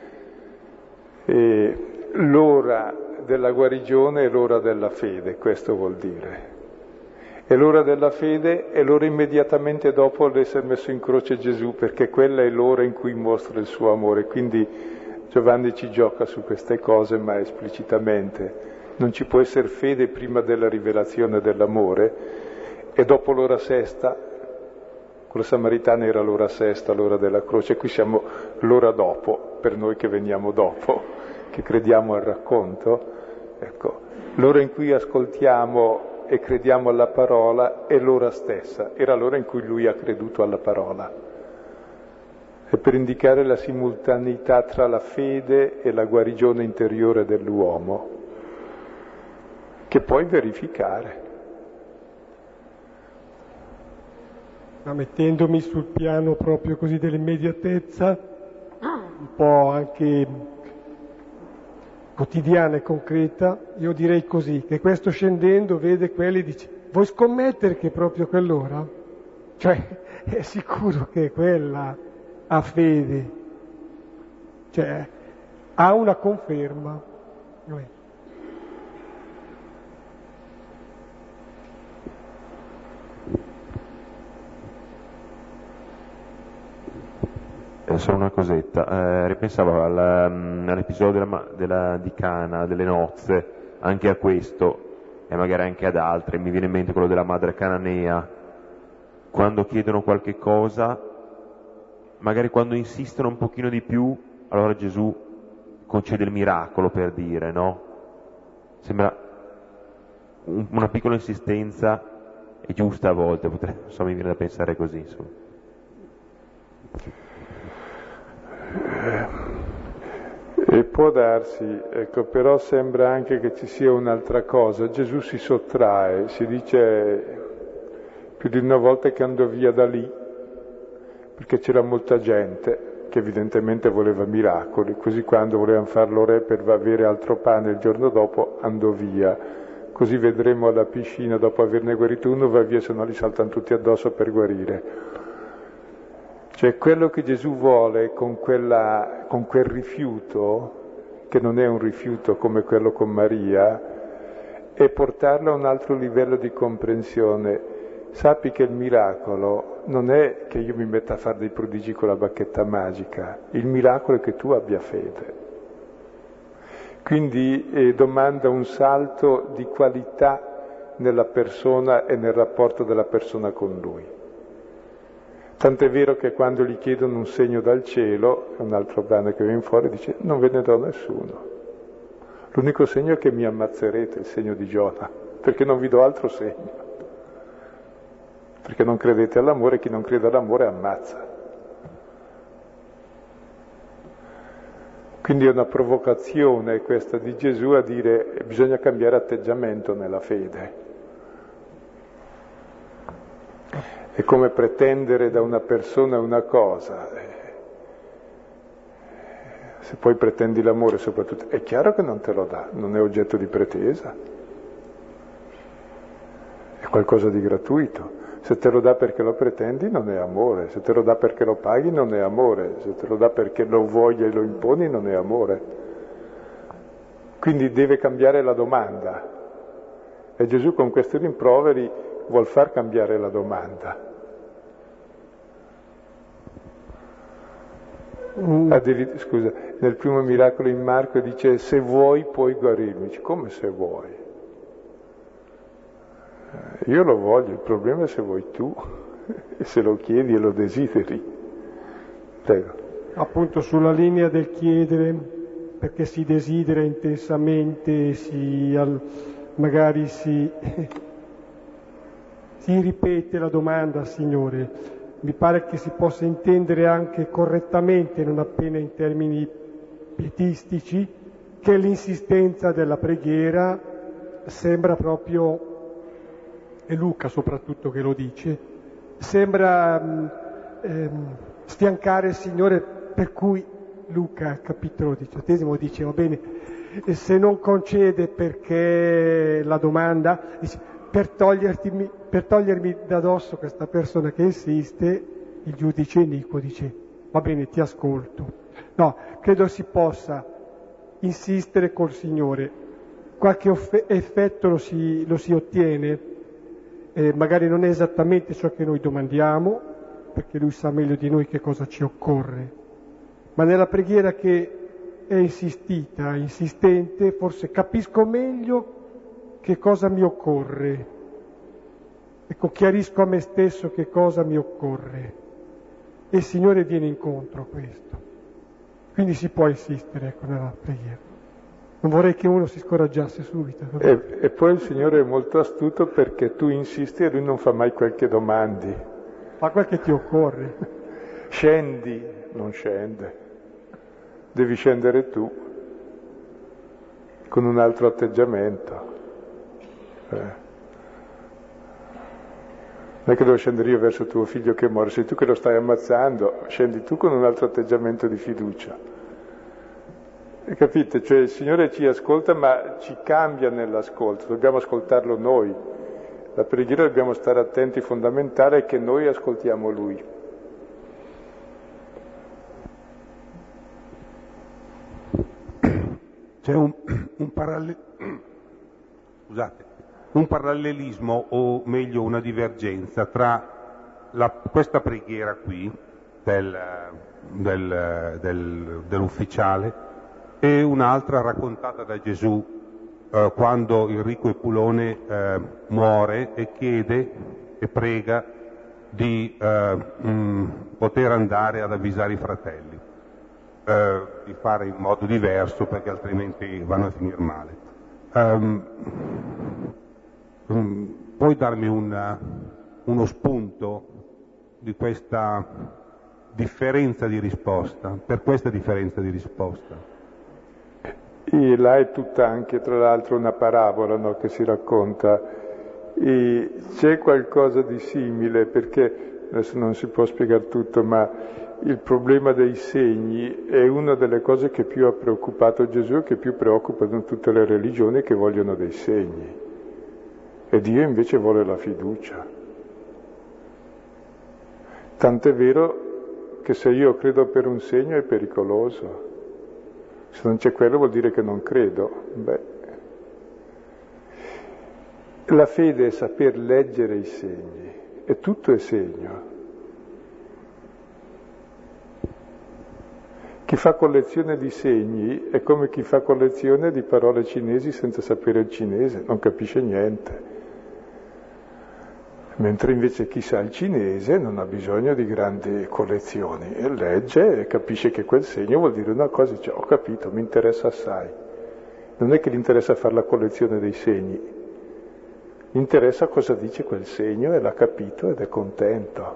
E l'ora della guarigione è l'ora della fede, questo vuol dire. E l'ora della fede è l'ora immediatamente dopo l'essere messo in croce Gesù, perché quella è l'ora in cui mostra il suo amore. Quindi Giovanni ci gioca su queste cose, ma esplicitamente. Non ci può essere fede prima della rivelazione dell'amore, e dopo l'ora sesta, con la Samaritana era l'ora sesta, l'ora della croce, qui siamo l'ora dopo, per noi che veniamo dopo, che crediamo al racconto. Ecco, l'ora in cui ascoltiamo e crediamo alla parola è l'ora stessa, era l'ora in cui lui ha creduto alla parola. È per indicare la simultaneità tra la fede e la guarigione interiore dell'uomo, che puoi verificare. Ma mettendomi sul piano proprio così dell'immediatezza, un po' anche quotidiana e concreta, io direi così, che questo scendendo vede quelli e dice: vuoi scommettere che è proprio quell'ora? Cioè, è sicuro che è quella, ha fede, cioè ha una conferma. solo una cosetta. Ripensavo all'episodio di Cana, delle nozze, anche a questo, e magari anche ad altre. Mi viene in mente quello della madre cananea. Quando chiedono qualche cosa, magari quando insistono un pochino di più, allora Gesù concede il miracolo, per dire, no? Sembra una piccola insistenza è giusta a volte, mi viene da pensare così, insomma. E può darsi, ecco, però sembra anche che ci sia un'altra cosa. Gesù si sottrae, si dice più di una volta che andò via da lì, perché c'era molta gente che evidentemente voleva miracoli, così quando volevano farlo re per avere altro pane il giorno dopo andò via. Così vedremo alla piscina, dopo averne guarito uno, va via, se no li saltano tutti addosso per guarire. Cioè quello che Gesù vuole con quel rifiuto, che non è un rifiuto come quello con Maria, è portarlo a un altro livello di comprensione. Sappi che il miracolo non è che io mi metta a fare dei prodigi con la bacchetta magica, il miracolo è che tu abbia fede. Quindi domanda un salto di qualità nella persona e nel rapporto della persona con lui. Tant'è vero che quando gli chiedono un segno dal cielo, un altro brano che viene fuori dice non ve ne do nessuno. L'unico segno è che mi ammazzerete, il segno di Giona, perché non vi do altro segno. Perché non credete all'amore, chi non crede all'amore ammazza. Quindi è una provocazione questa di Gesù a dire che bisogna cambiare atteggiamento nella fede. È come pretendere da una persona una cosa. Se poi pretendi l'amore soprattutto, è chiaro che non te lo dà, non è oggetto di pretesa. È qualcosa di gratuito. Se te lo dà perché lo pretendi non è amore, se te lo dà perché lo paghi non è amore, se te lo dà perché lo voglia e lo imponi non è amore. Quindi deve cambiare la domanda. E Gesù con questi rimproveri vuol far cambiare la domanda. Scusa, nel primo miracolo in Marco dice se vuoi puoi guarirmi. Dice, come se vuoi? Io lo voglio, il problema è se vuoi tu, e se lo chiedi e lo desideri. Prego. Appunto sulla linea del chiedere, perché si desidera intensamente, magari si ripete la domanda al Signore. Mi pare che si possa intendere anche correttamente, non appena in termini pietistici, che l'insistenza della preghiera sembra proprio, e Luca soprattutto che lo dice, sembra sfiancare il Signore, per cui Luca, capitolo 18, dice, va bene, se non concede perché la domanda, dice, per togliermi da dosso questa persona che insiste, il giudice iniquo dice, va bene, ti ascolto. No, credo si possa insistere col Signore, qualche effetto lo si ottiene, magari non è esattamente ciò che noi domandiamo, perché Lui sa meglio di noi che cosa ci occorre, ma nella preghiera che è insistente, forse capisco meglio che cosa mi occorre. Ecco, chiarisco a me stesso che cosa mi occorre. E il Signore viene incontro a questo. Quindi si può insistere, nella preghiera. Non vorrei che uno si scoraggiasse subito. E poi il Signore è molto astuto perché tu insisti e Lui non fa mai quel che domandi. Fa quel che ti occorre. Scendi, non scende. Devi scendere tu, con un altro atteggiamento. Non è che devo scendere io verso tuo figlio che muore, sei tu che lo stai ammazzando, scendi tu con un altro atteggiamento di fiducia. E capite? Cioè il Signore ci ascolta ma ci cambia nell'ascolto, dobbiamo ascoltarlo noi. La preghiera dobbiamo stare attenti, fondamentale è che noi ascoltiamo Lui. C'è un parallelismo, o meglio una divergenza, tra questa preghiera qui dell'ufficiale, e un'altra raccontata da Gesù quando il ricco Epulone muore e chiede e prega di poter andare ad avvisare i fratelli, di fare in modo diverso perché altrimenti vanno a finire male. Puoi darmi uno spunto di questa differenza di risposta, per questa differenza di risposta? E là è tutta anche, tra l'altro, una parabola, no, che si racconta, e c'è qualcosa di simile, perché adesso non si può spiegare tutto, ma il problema dei segni è una delle cose che più ha preoccupato Gesù e che più preoccupano tutte le religioni, che vogliono dei segni, e Dio invece vuole la fiducia. Tant'è vero che se io credo per un segno è pericoloso. Se non c'è quello vuol dire che non credo. La fede è saper leggere i segni, e tutto è segno. Chi fa collezione di segni è come chi fa collezione di parole cinesi senza sapere il cinese, non capisce niente. Mentre invece chi sa il cinese non ha bisogno di grandi collezioni, e legge e capisce che quel segno vuol dire una cosa, dice: ho capito, mi interessa assai. Non è che gli interessa fare la collezione dei segni, gli interessa cosa dice quel segno, e l'ha capito ed è contento.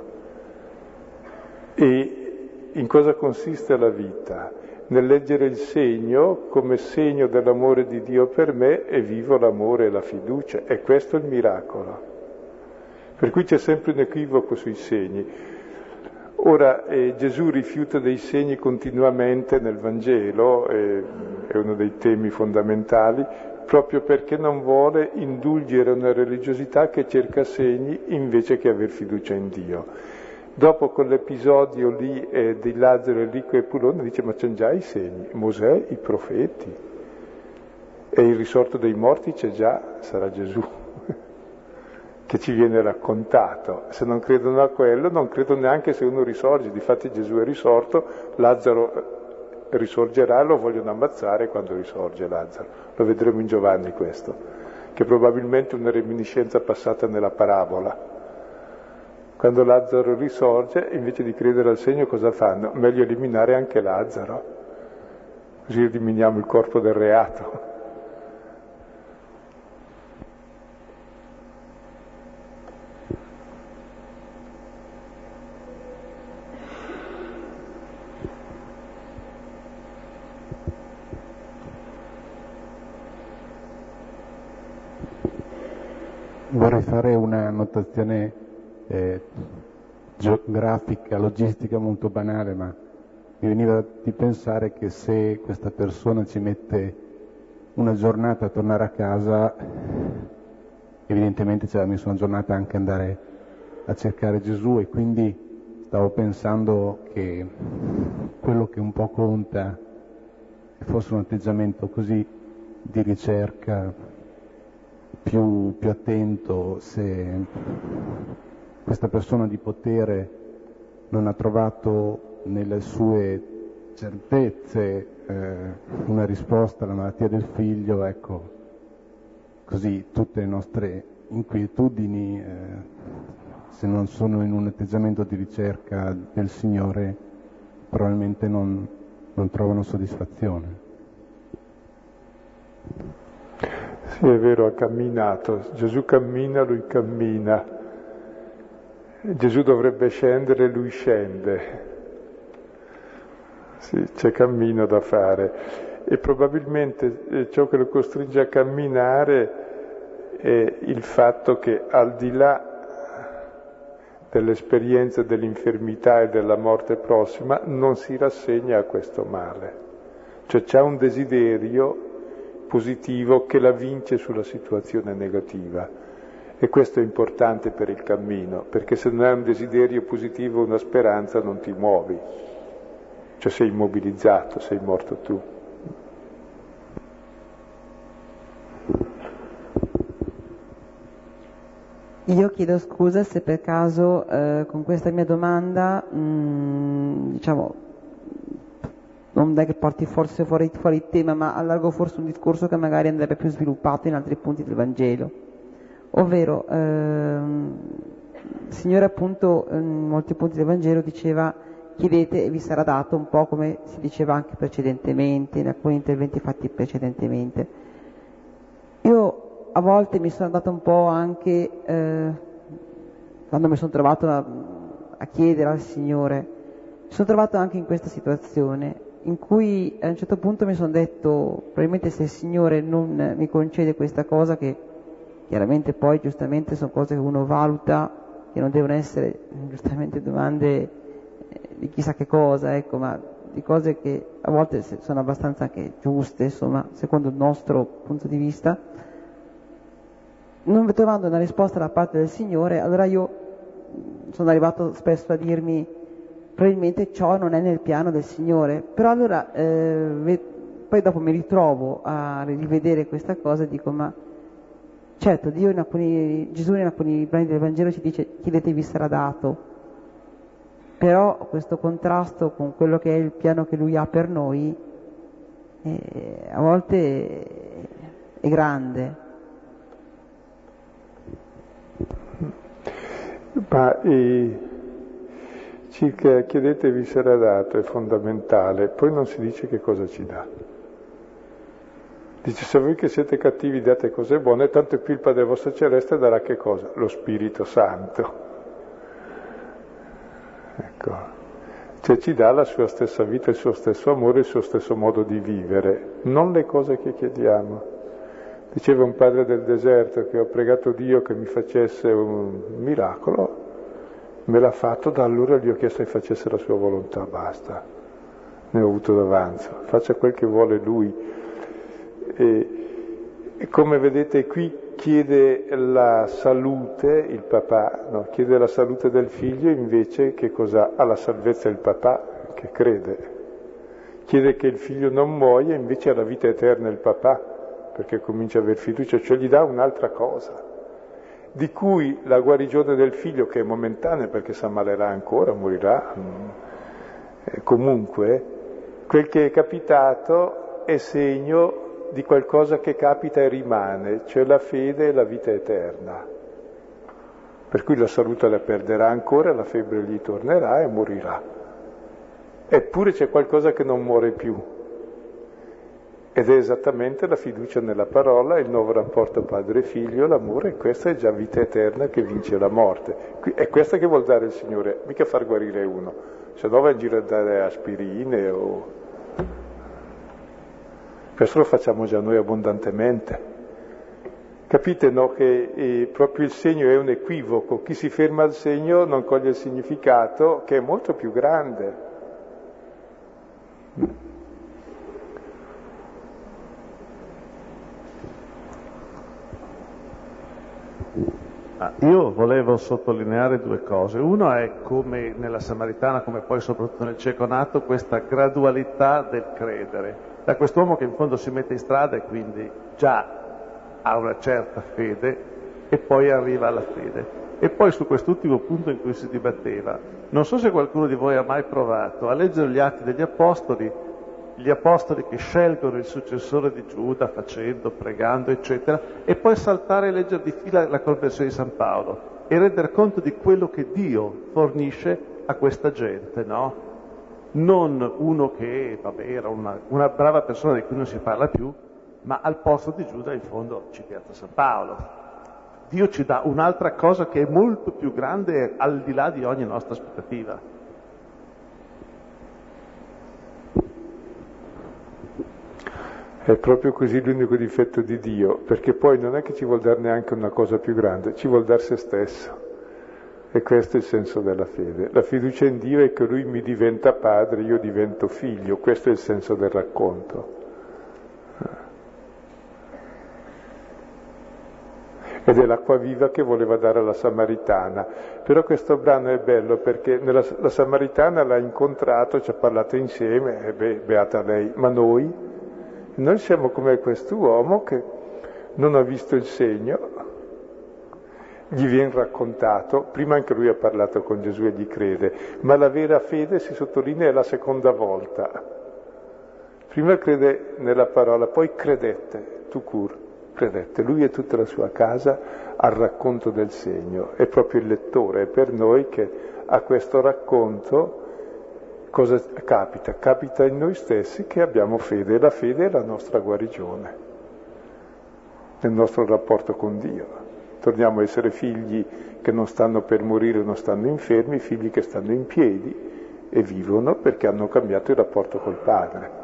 E in cosa consiste la vita? Nel leggere il segno come segno dell'amore di Dio per me, e vivo l'amore e la fiducia, e questo è il miracolo. Per cui c'è sempre un equivoco sui segni. Ora Gesù rifiuta dei segni continuamente nel Vangelo, è uno dei temi fondamentali, proprio perché non vuole indulgere una religiosità che cerca segni invece che aver fiducia in Dio. Dopo quell'episodio lì di Lazzaro e il ricco Epulone dice: ma c'è già i segni, Mosè, i profeti, e il risorto dei morti c'è già, sarà Gesù che ci viene raccontato. Se non credono a quello, non credo neanche se uno risorge. Difatti Gesù è risorto, Lazzaro risorgerà, lo vogliono ammazzare quando risorge Lazzaro. Lo vedremo in Giovanni questo, che probabilmente è una reminiscenza passata nella parabola. Quando Lazzaro risorge, invece di credere al segno, cosa fanno? Meglio eliminare anche Lazzaro, così eliminiamo il corpo del reato. Vorrei fare una notazione geografica, logistica molto banale, ma mi veniva di pensare che se questa persona ci mette una giornata a tornare a casa, evidentemente ci aveva messo una giornata anche andare a cercare Gesù, e quindi stavo pensando che quello che un po' conta è fosse un atteggiamento così di ricerca, più attento. Se questa persona di potere non ha trovato nelle sue certezze una risposta alla malattia del figlio, ecco, così tutte le nostre inquietudini, se non sono in un atteggiamento di ricerca del Signore, probabilmente non trovano soddisfazione. Sì, è vero, ha camminato. Gesù cammina, lui cammina. Gesù dovrebbe scendere, lui scende. Sì, c'è cammino da fare. E probabilmente ciò che lo costringe a camminare è il fatto che, al di là dell'esperienza dell'infermità e della morte prossima, non si rassegna a questo male. Cioè c'ha un desiderio positivo che la vince sulla situazione negativa, e questo è importante per il cammino, perché se non hai un desiderio positivo, una speranza, non ti muovi, cioè sei immobilizzato, sei morto tu. Io chiedo scusa se per caso con questa mia domanda, diciamo, non è che porti forse fuori il tema, ma allargo forse un discorso che magari andrebbe più sviluppato in altri punti del Vangelo. Ovvero, il Signore appunto in molti punti del Vangelo diceva chiedete e vi sarà dato, un po' come si diceva anche precedentemente, in alcuni interventi fatti precedentemente. Io a volte mi sono andata un po' anche, quando mi sono trovato a chiedere al Signore, mi sono trovato anche in questa situazione, in cui a un certo punto mi sono detto, probabilmente se il Signore non mi concede questa cosa, che chiaramente poi giustamente sono cose che uno valuta, che non devono essere giustamente domande di chissà che cosa, ecco, ma di cose che a volte sono abbastanza anche giuste, insomma, secondo il nostro punto di vista, non trovando una risposta da parte del Signore, allora io sono arrivato spesso a dirmi probabilmente ciò non è nel piano del Signore, però allora poi dopo mi ritrovo a rivedere questa cosa e dico ma certo Gesù in alcuni brani del Vangelo ci dice chiedetevi sarà dato, però questo contrasto con quello che è il piano che Lui ha per noi a volte è grande. Ma circa chiedetevi sarà dato è fondamentale, poi non si dice che cosa ci dà. Dice se voi che siete cattivi date cose buone, tanto più il Padre vostro Celeste darà che cosa? Lo Spirito Santo. Ecco, cioè ci dà la sua stessa vita, il suo stesso amore, il suo stesso modo di vivere, non le cose che chiediamo. Diceva un padre del deserto che ho pregato Dio che mi facesse un miracolo, me l'ha fatto, da allora gli ho chiesto che facesse la sua volontà, basta, ne ho avuto d'avanzo, faccia quel che vuole Lui. E come vedete qui chiede la salute il papà, no? Chiede la salute del figlio invece che cosa ha la salvezza il papà che crede. Chiede che il figlio non muoia invece ha la vita eterna il papà, perché comincia a aver fiducia, cioè gli dà un'altra cosa, di cui la guarigione del figlio, che è momentanea perché si ammalerà ancora, morirà, comunque, quel che è capitato è segno di qualcosa che capita e rimane, cioè la fede e la vita eterna. Per cui la salute la perderà ancora, la febbre gli tornerà e morirà. Eppure c'è qualcosa che non muore più. Ed è esattamente la fiducia nella parola, il nuovo rapporto padre-figlio, l'amore, e questa è già vita eterna che vince la morte. È questa che vuol dare il Signore, mica far guarire uno, se no va in giro a dare aspirine o... Questo lo facciamo già noi abbondantemente. Capite, no, che proprio il segno è un equivoco, chi si ferma al segno non coglie il significato che è molto più grande. Io volevo sottolineare due cose. Uno è come nella Samaritana, come poi soprattutto nel cieco nato, questa gradualità del credere. Da quest'uomo che in fondo si mette in strada e quindi già ha una certa fede e poi arriva alla fede. E poi su quest'ultimo punto in cui si dibatteva, non so se qualcuno di voi ha mai provato a leggere gli Atti degli Apostoli, gli apostoli che scelgono il successore di Giuda facendo, pregando, eccetera, e poi saltare e leggere di fila la conversione di San Paolo e rendere conto di quello che Dio fornisce a questa gente, no? Non uno che, vabbè, era una brava persona di cui non si parla più, ma al posto di Giuda in fondo ci piazza San Paolo. Dio ci dà un'altra cosa che è molto più grande al di là di ogni nostra aspettativa. È proprio così l'unico difetto di Dio, perché poi non è che ci vuol dare neanche una cosa più grande, ci vuol dare se stesso. E questo è il senso della fede. La fiducia in Dio è che Lui mi diventa padre, io divento figlio, questo è il senso del racconto. Ed è l'acqua viva che voleva dare alla Samaritana. Però questo brano è bello perché la Samaritana l'ha incontrato, ci ha parlato insieme, beata lei, ma noi siamo come quest'uomo che non ha visto il segno gli viene raccontato, prima anche lui ha parlato con Gesù e gli crede, ma la vera fede, si sottolinea, è la seconda volta. Prima crede nella parola, poi credette, tout court, credette, lui e tutta la sua casa al racconto del segno, è proprio il lettore, è per noi che a questo racconto cosa capita? Capita in noi stessi che abbiamo fede, e la fede è la nostra guarigione, nel nostro rapporto con Dio. Torniamo a essere figli che non stanno per morire, non stanno infermi, figli che stanno in piedi e vivono perché hanno cambiato il rapporto col Padre.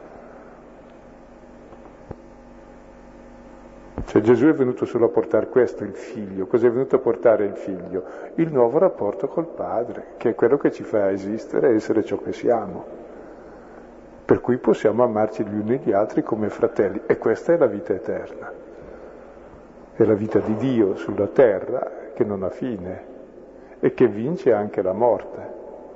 Cioè Gesù è venuto solo a portare questo, il Figlio. Cosa è venuto a portare il Figlio? Il nuovo rapporto col Padre, che è quello che ci fa esistere e essere ciò che siamo. Per cui possiamo amarci gli uni gli altri come fratelli. E questa è la vita eterna. È la vita di Dio sulla terra che non ha fine e che vince anche la morte.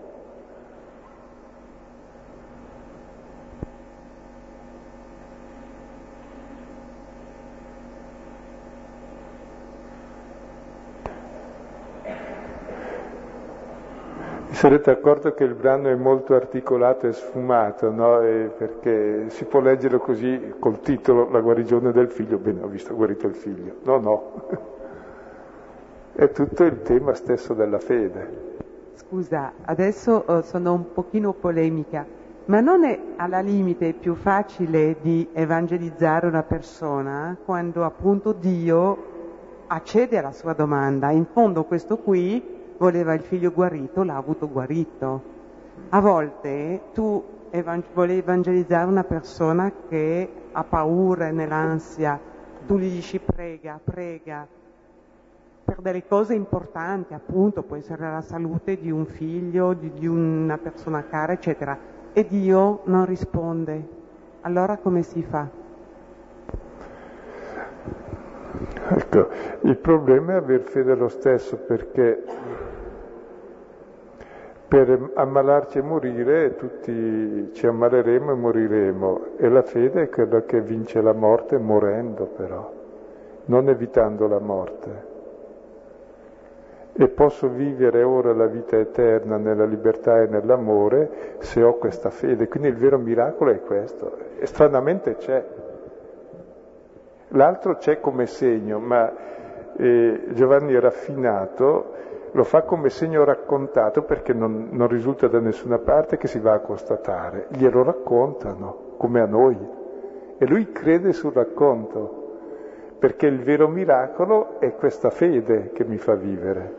Sarete accorto che il brano è molto articolato e sfumato, no? Perché si può leggerlo così col titolo La guarigione del figlio, bene, ho visto guarito il figlio. No, è tutto il tema stesso della fede. Scusa, adesso sono un pochino polemica, ma non è alla limite più facile di evangelizzare una persona quando appunto Dio accede alla sua domanda? In fondo questo qui voleva il figlio guarito, l'ha avuto guarito. A volte tu volevi evangelizzare una persona che ha paura, nell'ansia, tu gli dici prega, per delle cose importanti, appunto, può essere la salute di un figlio, di una persona cara, eccetera, e Dio non risponde. Allora come si fa? Ecco, il problema è aver fede lo stesso, perché per ammalarci e morire tutti ci ammaleremo e moriremo, e la fede è quella che vince la morte morendo però, non evitando la morte. E posso vivere ora la vita eterna nella libertà e nell'amore se ho questa fede. Quindi il vero miracolo è questo. E stranamente c'è. L'altro c'è come segno, ma Giovanni è raffinato, lo fa come segno raccontato perché non risulta da nessuna parte che si va a constatare. Glielo raccontano, come a noi. E lui crede sul racconto, perché il vero miracolo è questa fede che mi fa vivere.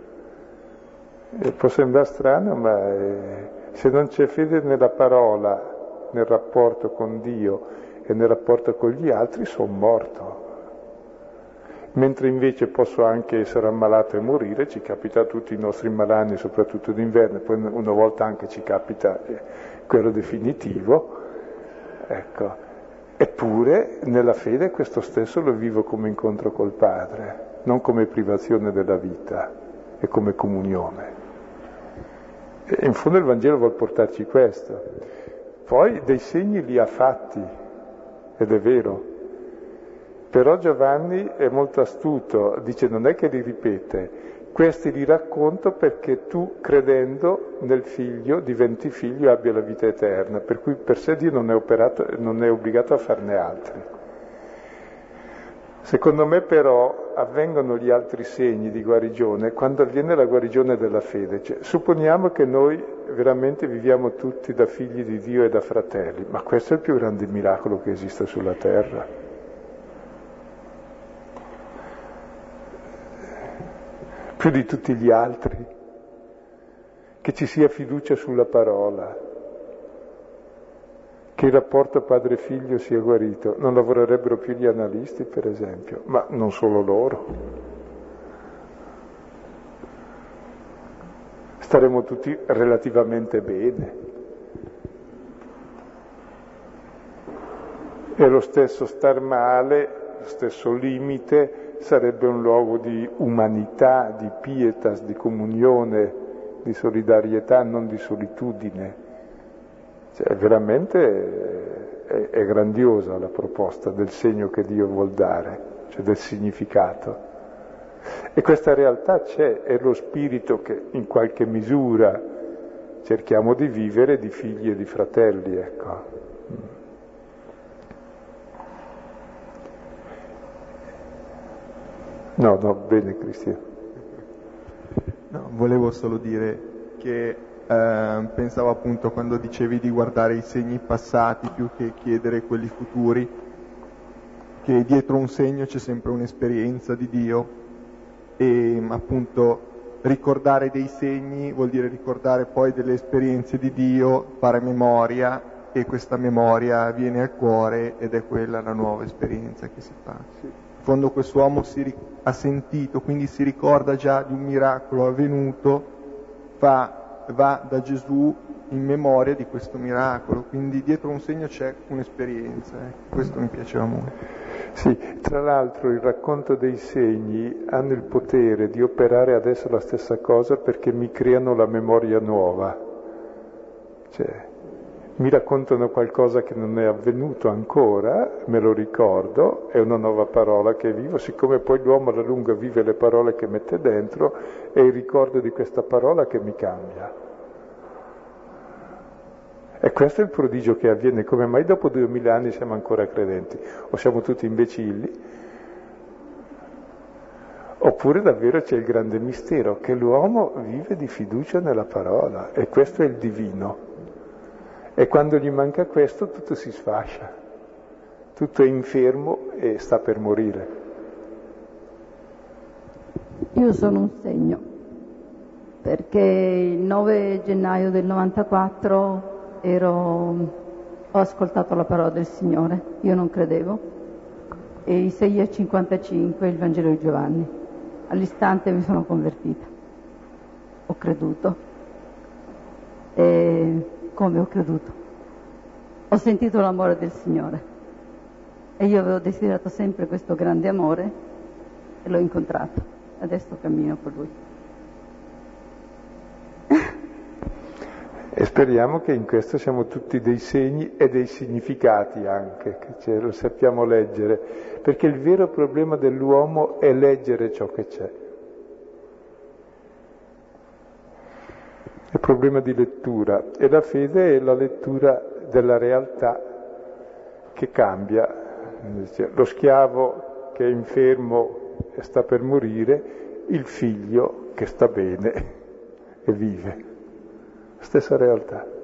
E può sembrare strano, ma se non c'è fede nella parola, nel rapporto con Dio e nel rapporto con gli altri, sono morto. Mentre invece posso anche essere ammalato e morire, ci capita a tutti i nostri malanni, soprattutto d'inverno, poi una volta anche ci capita quello definitivo, ecco. Eppure nella fede questo stesso lo vivo come incontro col Padre, non come privazione della vita e come comunione. E in fondo il Vangelo vuol portarci questo. Poi dei segni li ha fatti, ed è vero. Però Giovanni è molto astuto, dice non è che li ripete, questi li racconto perché tu credendo nel figlio diventi figlio e abbia la vita eterna, per cui per sé Dio non è obbligato a farne altri. Secondo me però avvengono gli altri segni di guarigione quando avviene la guarigione della fede. Cioè, supponiamo che noi veramente viviamo tutti da figli di Dio e da fratelli, ma questo è il più grande miracolo che esista sulla terra. Più di tutti gli altri, che ci sia fiducia sulla parola, che il rapporto padre-figlio sia guarito. Non lavorerebbero più gli analisti, per esempio, ma non solo loro. Staremo tutti relativamente bene. E lo stesso star male, lo stesso limite, sarebbe un luogo di umanità, di pietas, di comunione, di solidarietà, non di solitudine. Cioè, veramente è grandiosa la proposta del segno che Dio vuol dare, cioè del significato. E questa realtà c'è, è lo spirito che in qualche misura cerchiamo di vivere di figli e di fratelli, ecco. No, bene Cristiano. No, volevo solo dire che pensavo appunto quando dicevi di guardare i segni passati più che chiedere quelli futuri, che dietro un segno c'è sempre un'esperienza di Dio e appunto ricordare dei segni vuol dire ricordare poi delle esperienze di Dio, fare memoria e questa memoria viene al cuore ed è quella la nuova esperienza che si fa. Sì. In fondo quest'uomo ha sentito, quindi si ricorda già di un miracolo avvenuto, va da Gesù in memoria di questo miracolo, quindi dietro un segno c'è un'esperienza, questo mi piaceva molto. Sì, tra l'altro il racconto dei segni hanno il potere di operare adesso la stessa cosa perché mi creano la memoria nuova, cioè mi raccontano qualcosa che non è avvenuto ancora, me lo ricordo, è una nuova parola che vivo, siccome poi l'uomo alla lunga vive le parole che mette dentro, è il ricordo di questa parola che mi cambia. E questo è il prodigio che avviene. Come mai dopo 2000 anni siamo ancora credenti? O siamo tutti imbecilli? Oppure davvero c'è il grande mistero, che l'uomo vive di fiducia nella parola, e questo è il divino. E quando gli manca questo tutto si sfascia, tutto è infermo e sta per morire. Io sono un segno, perché il 9 gennaio del 94 ho ascoltato la parola del Signore, io non credevo, e Isaia 55, il Vangelo di Giovanni. All'istante mi sono convertita, ho creduto. E come ho creduto? Ho sentito l'amore del Signore e io avevo desiderato sempre questo grande amore e l'ho incontrato, adesso cammino con Lui. E speriamo che in questo siamo tutti dei segni e dei significati anche, che lo sappiamo leggere, perché il vero problema dell'uomo è leggere ciò che c'è. È il problema di lettura, e la fede è la lettura della realtà che cambia. Lo schiavo che è infermo e sta per morire, il figlio che sta bene e vive. Stessa realtà.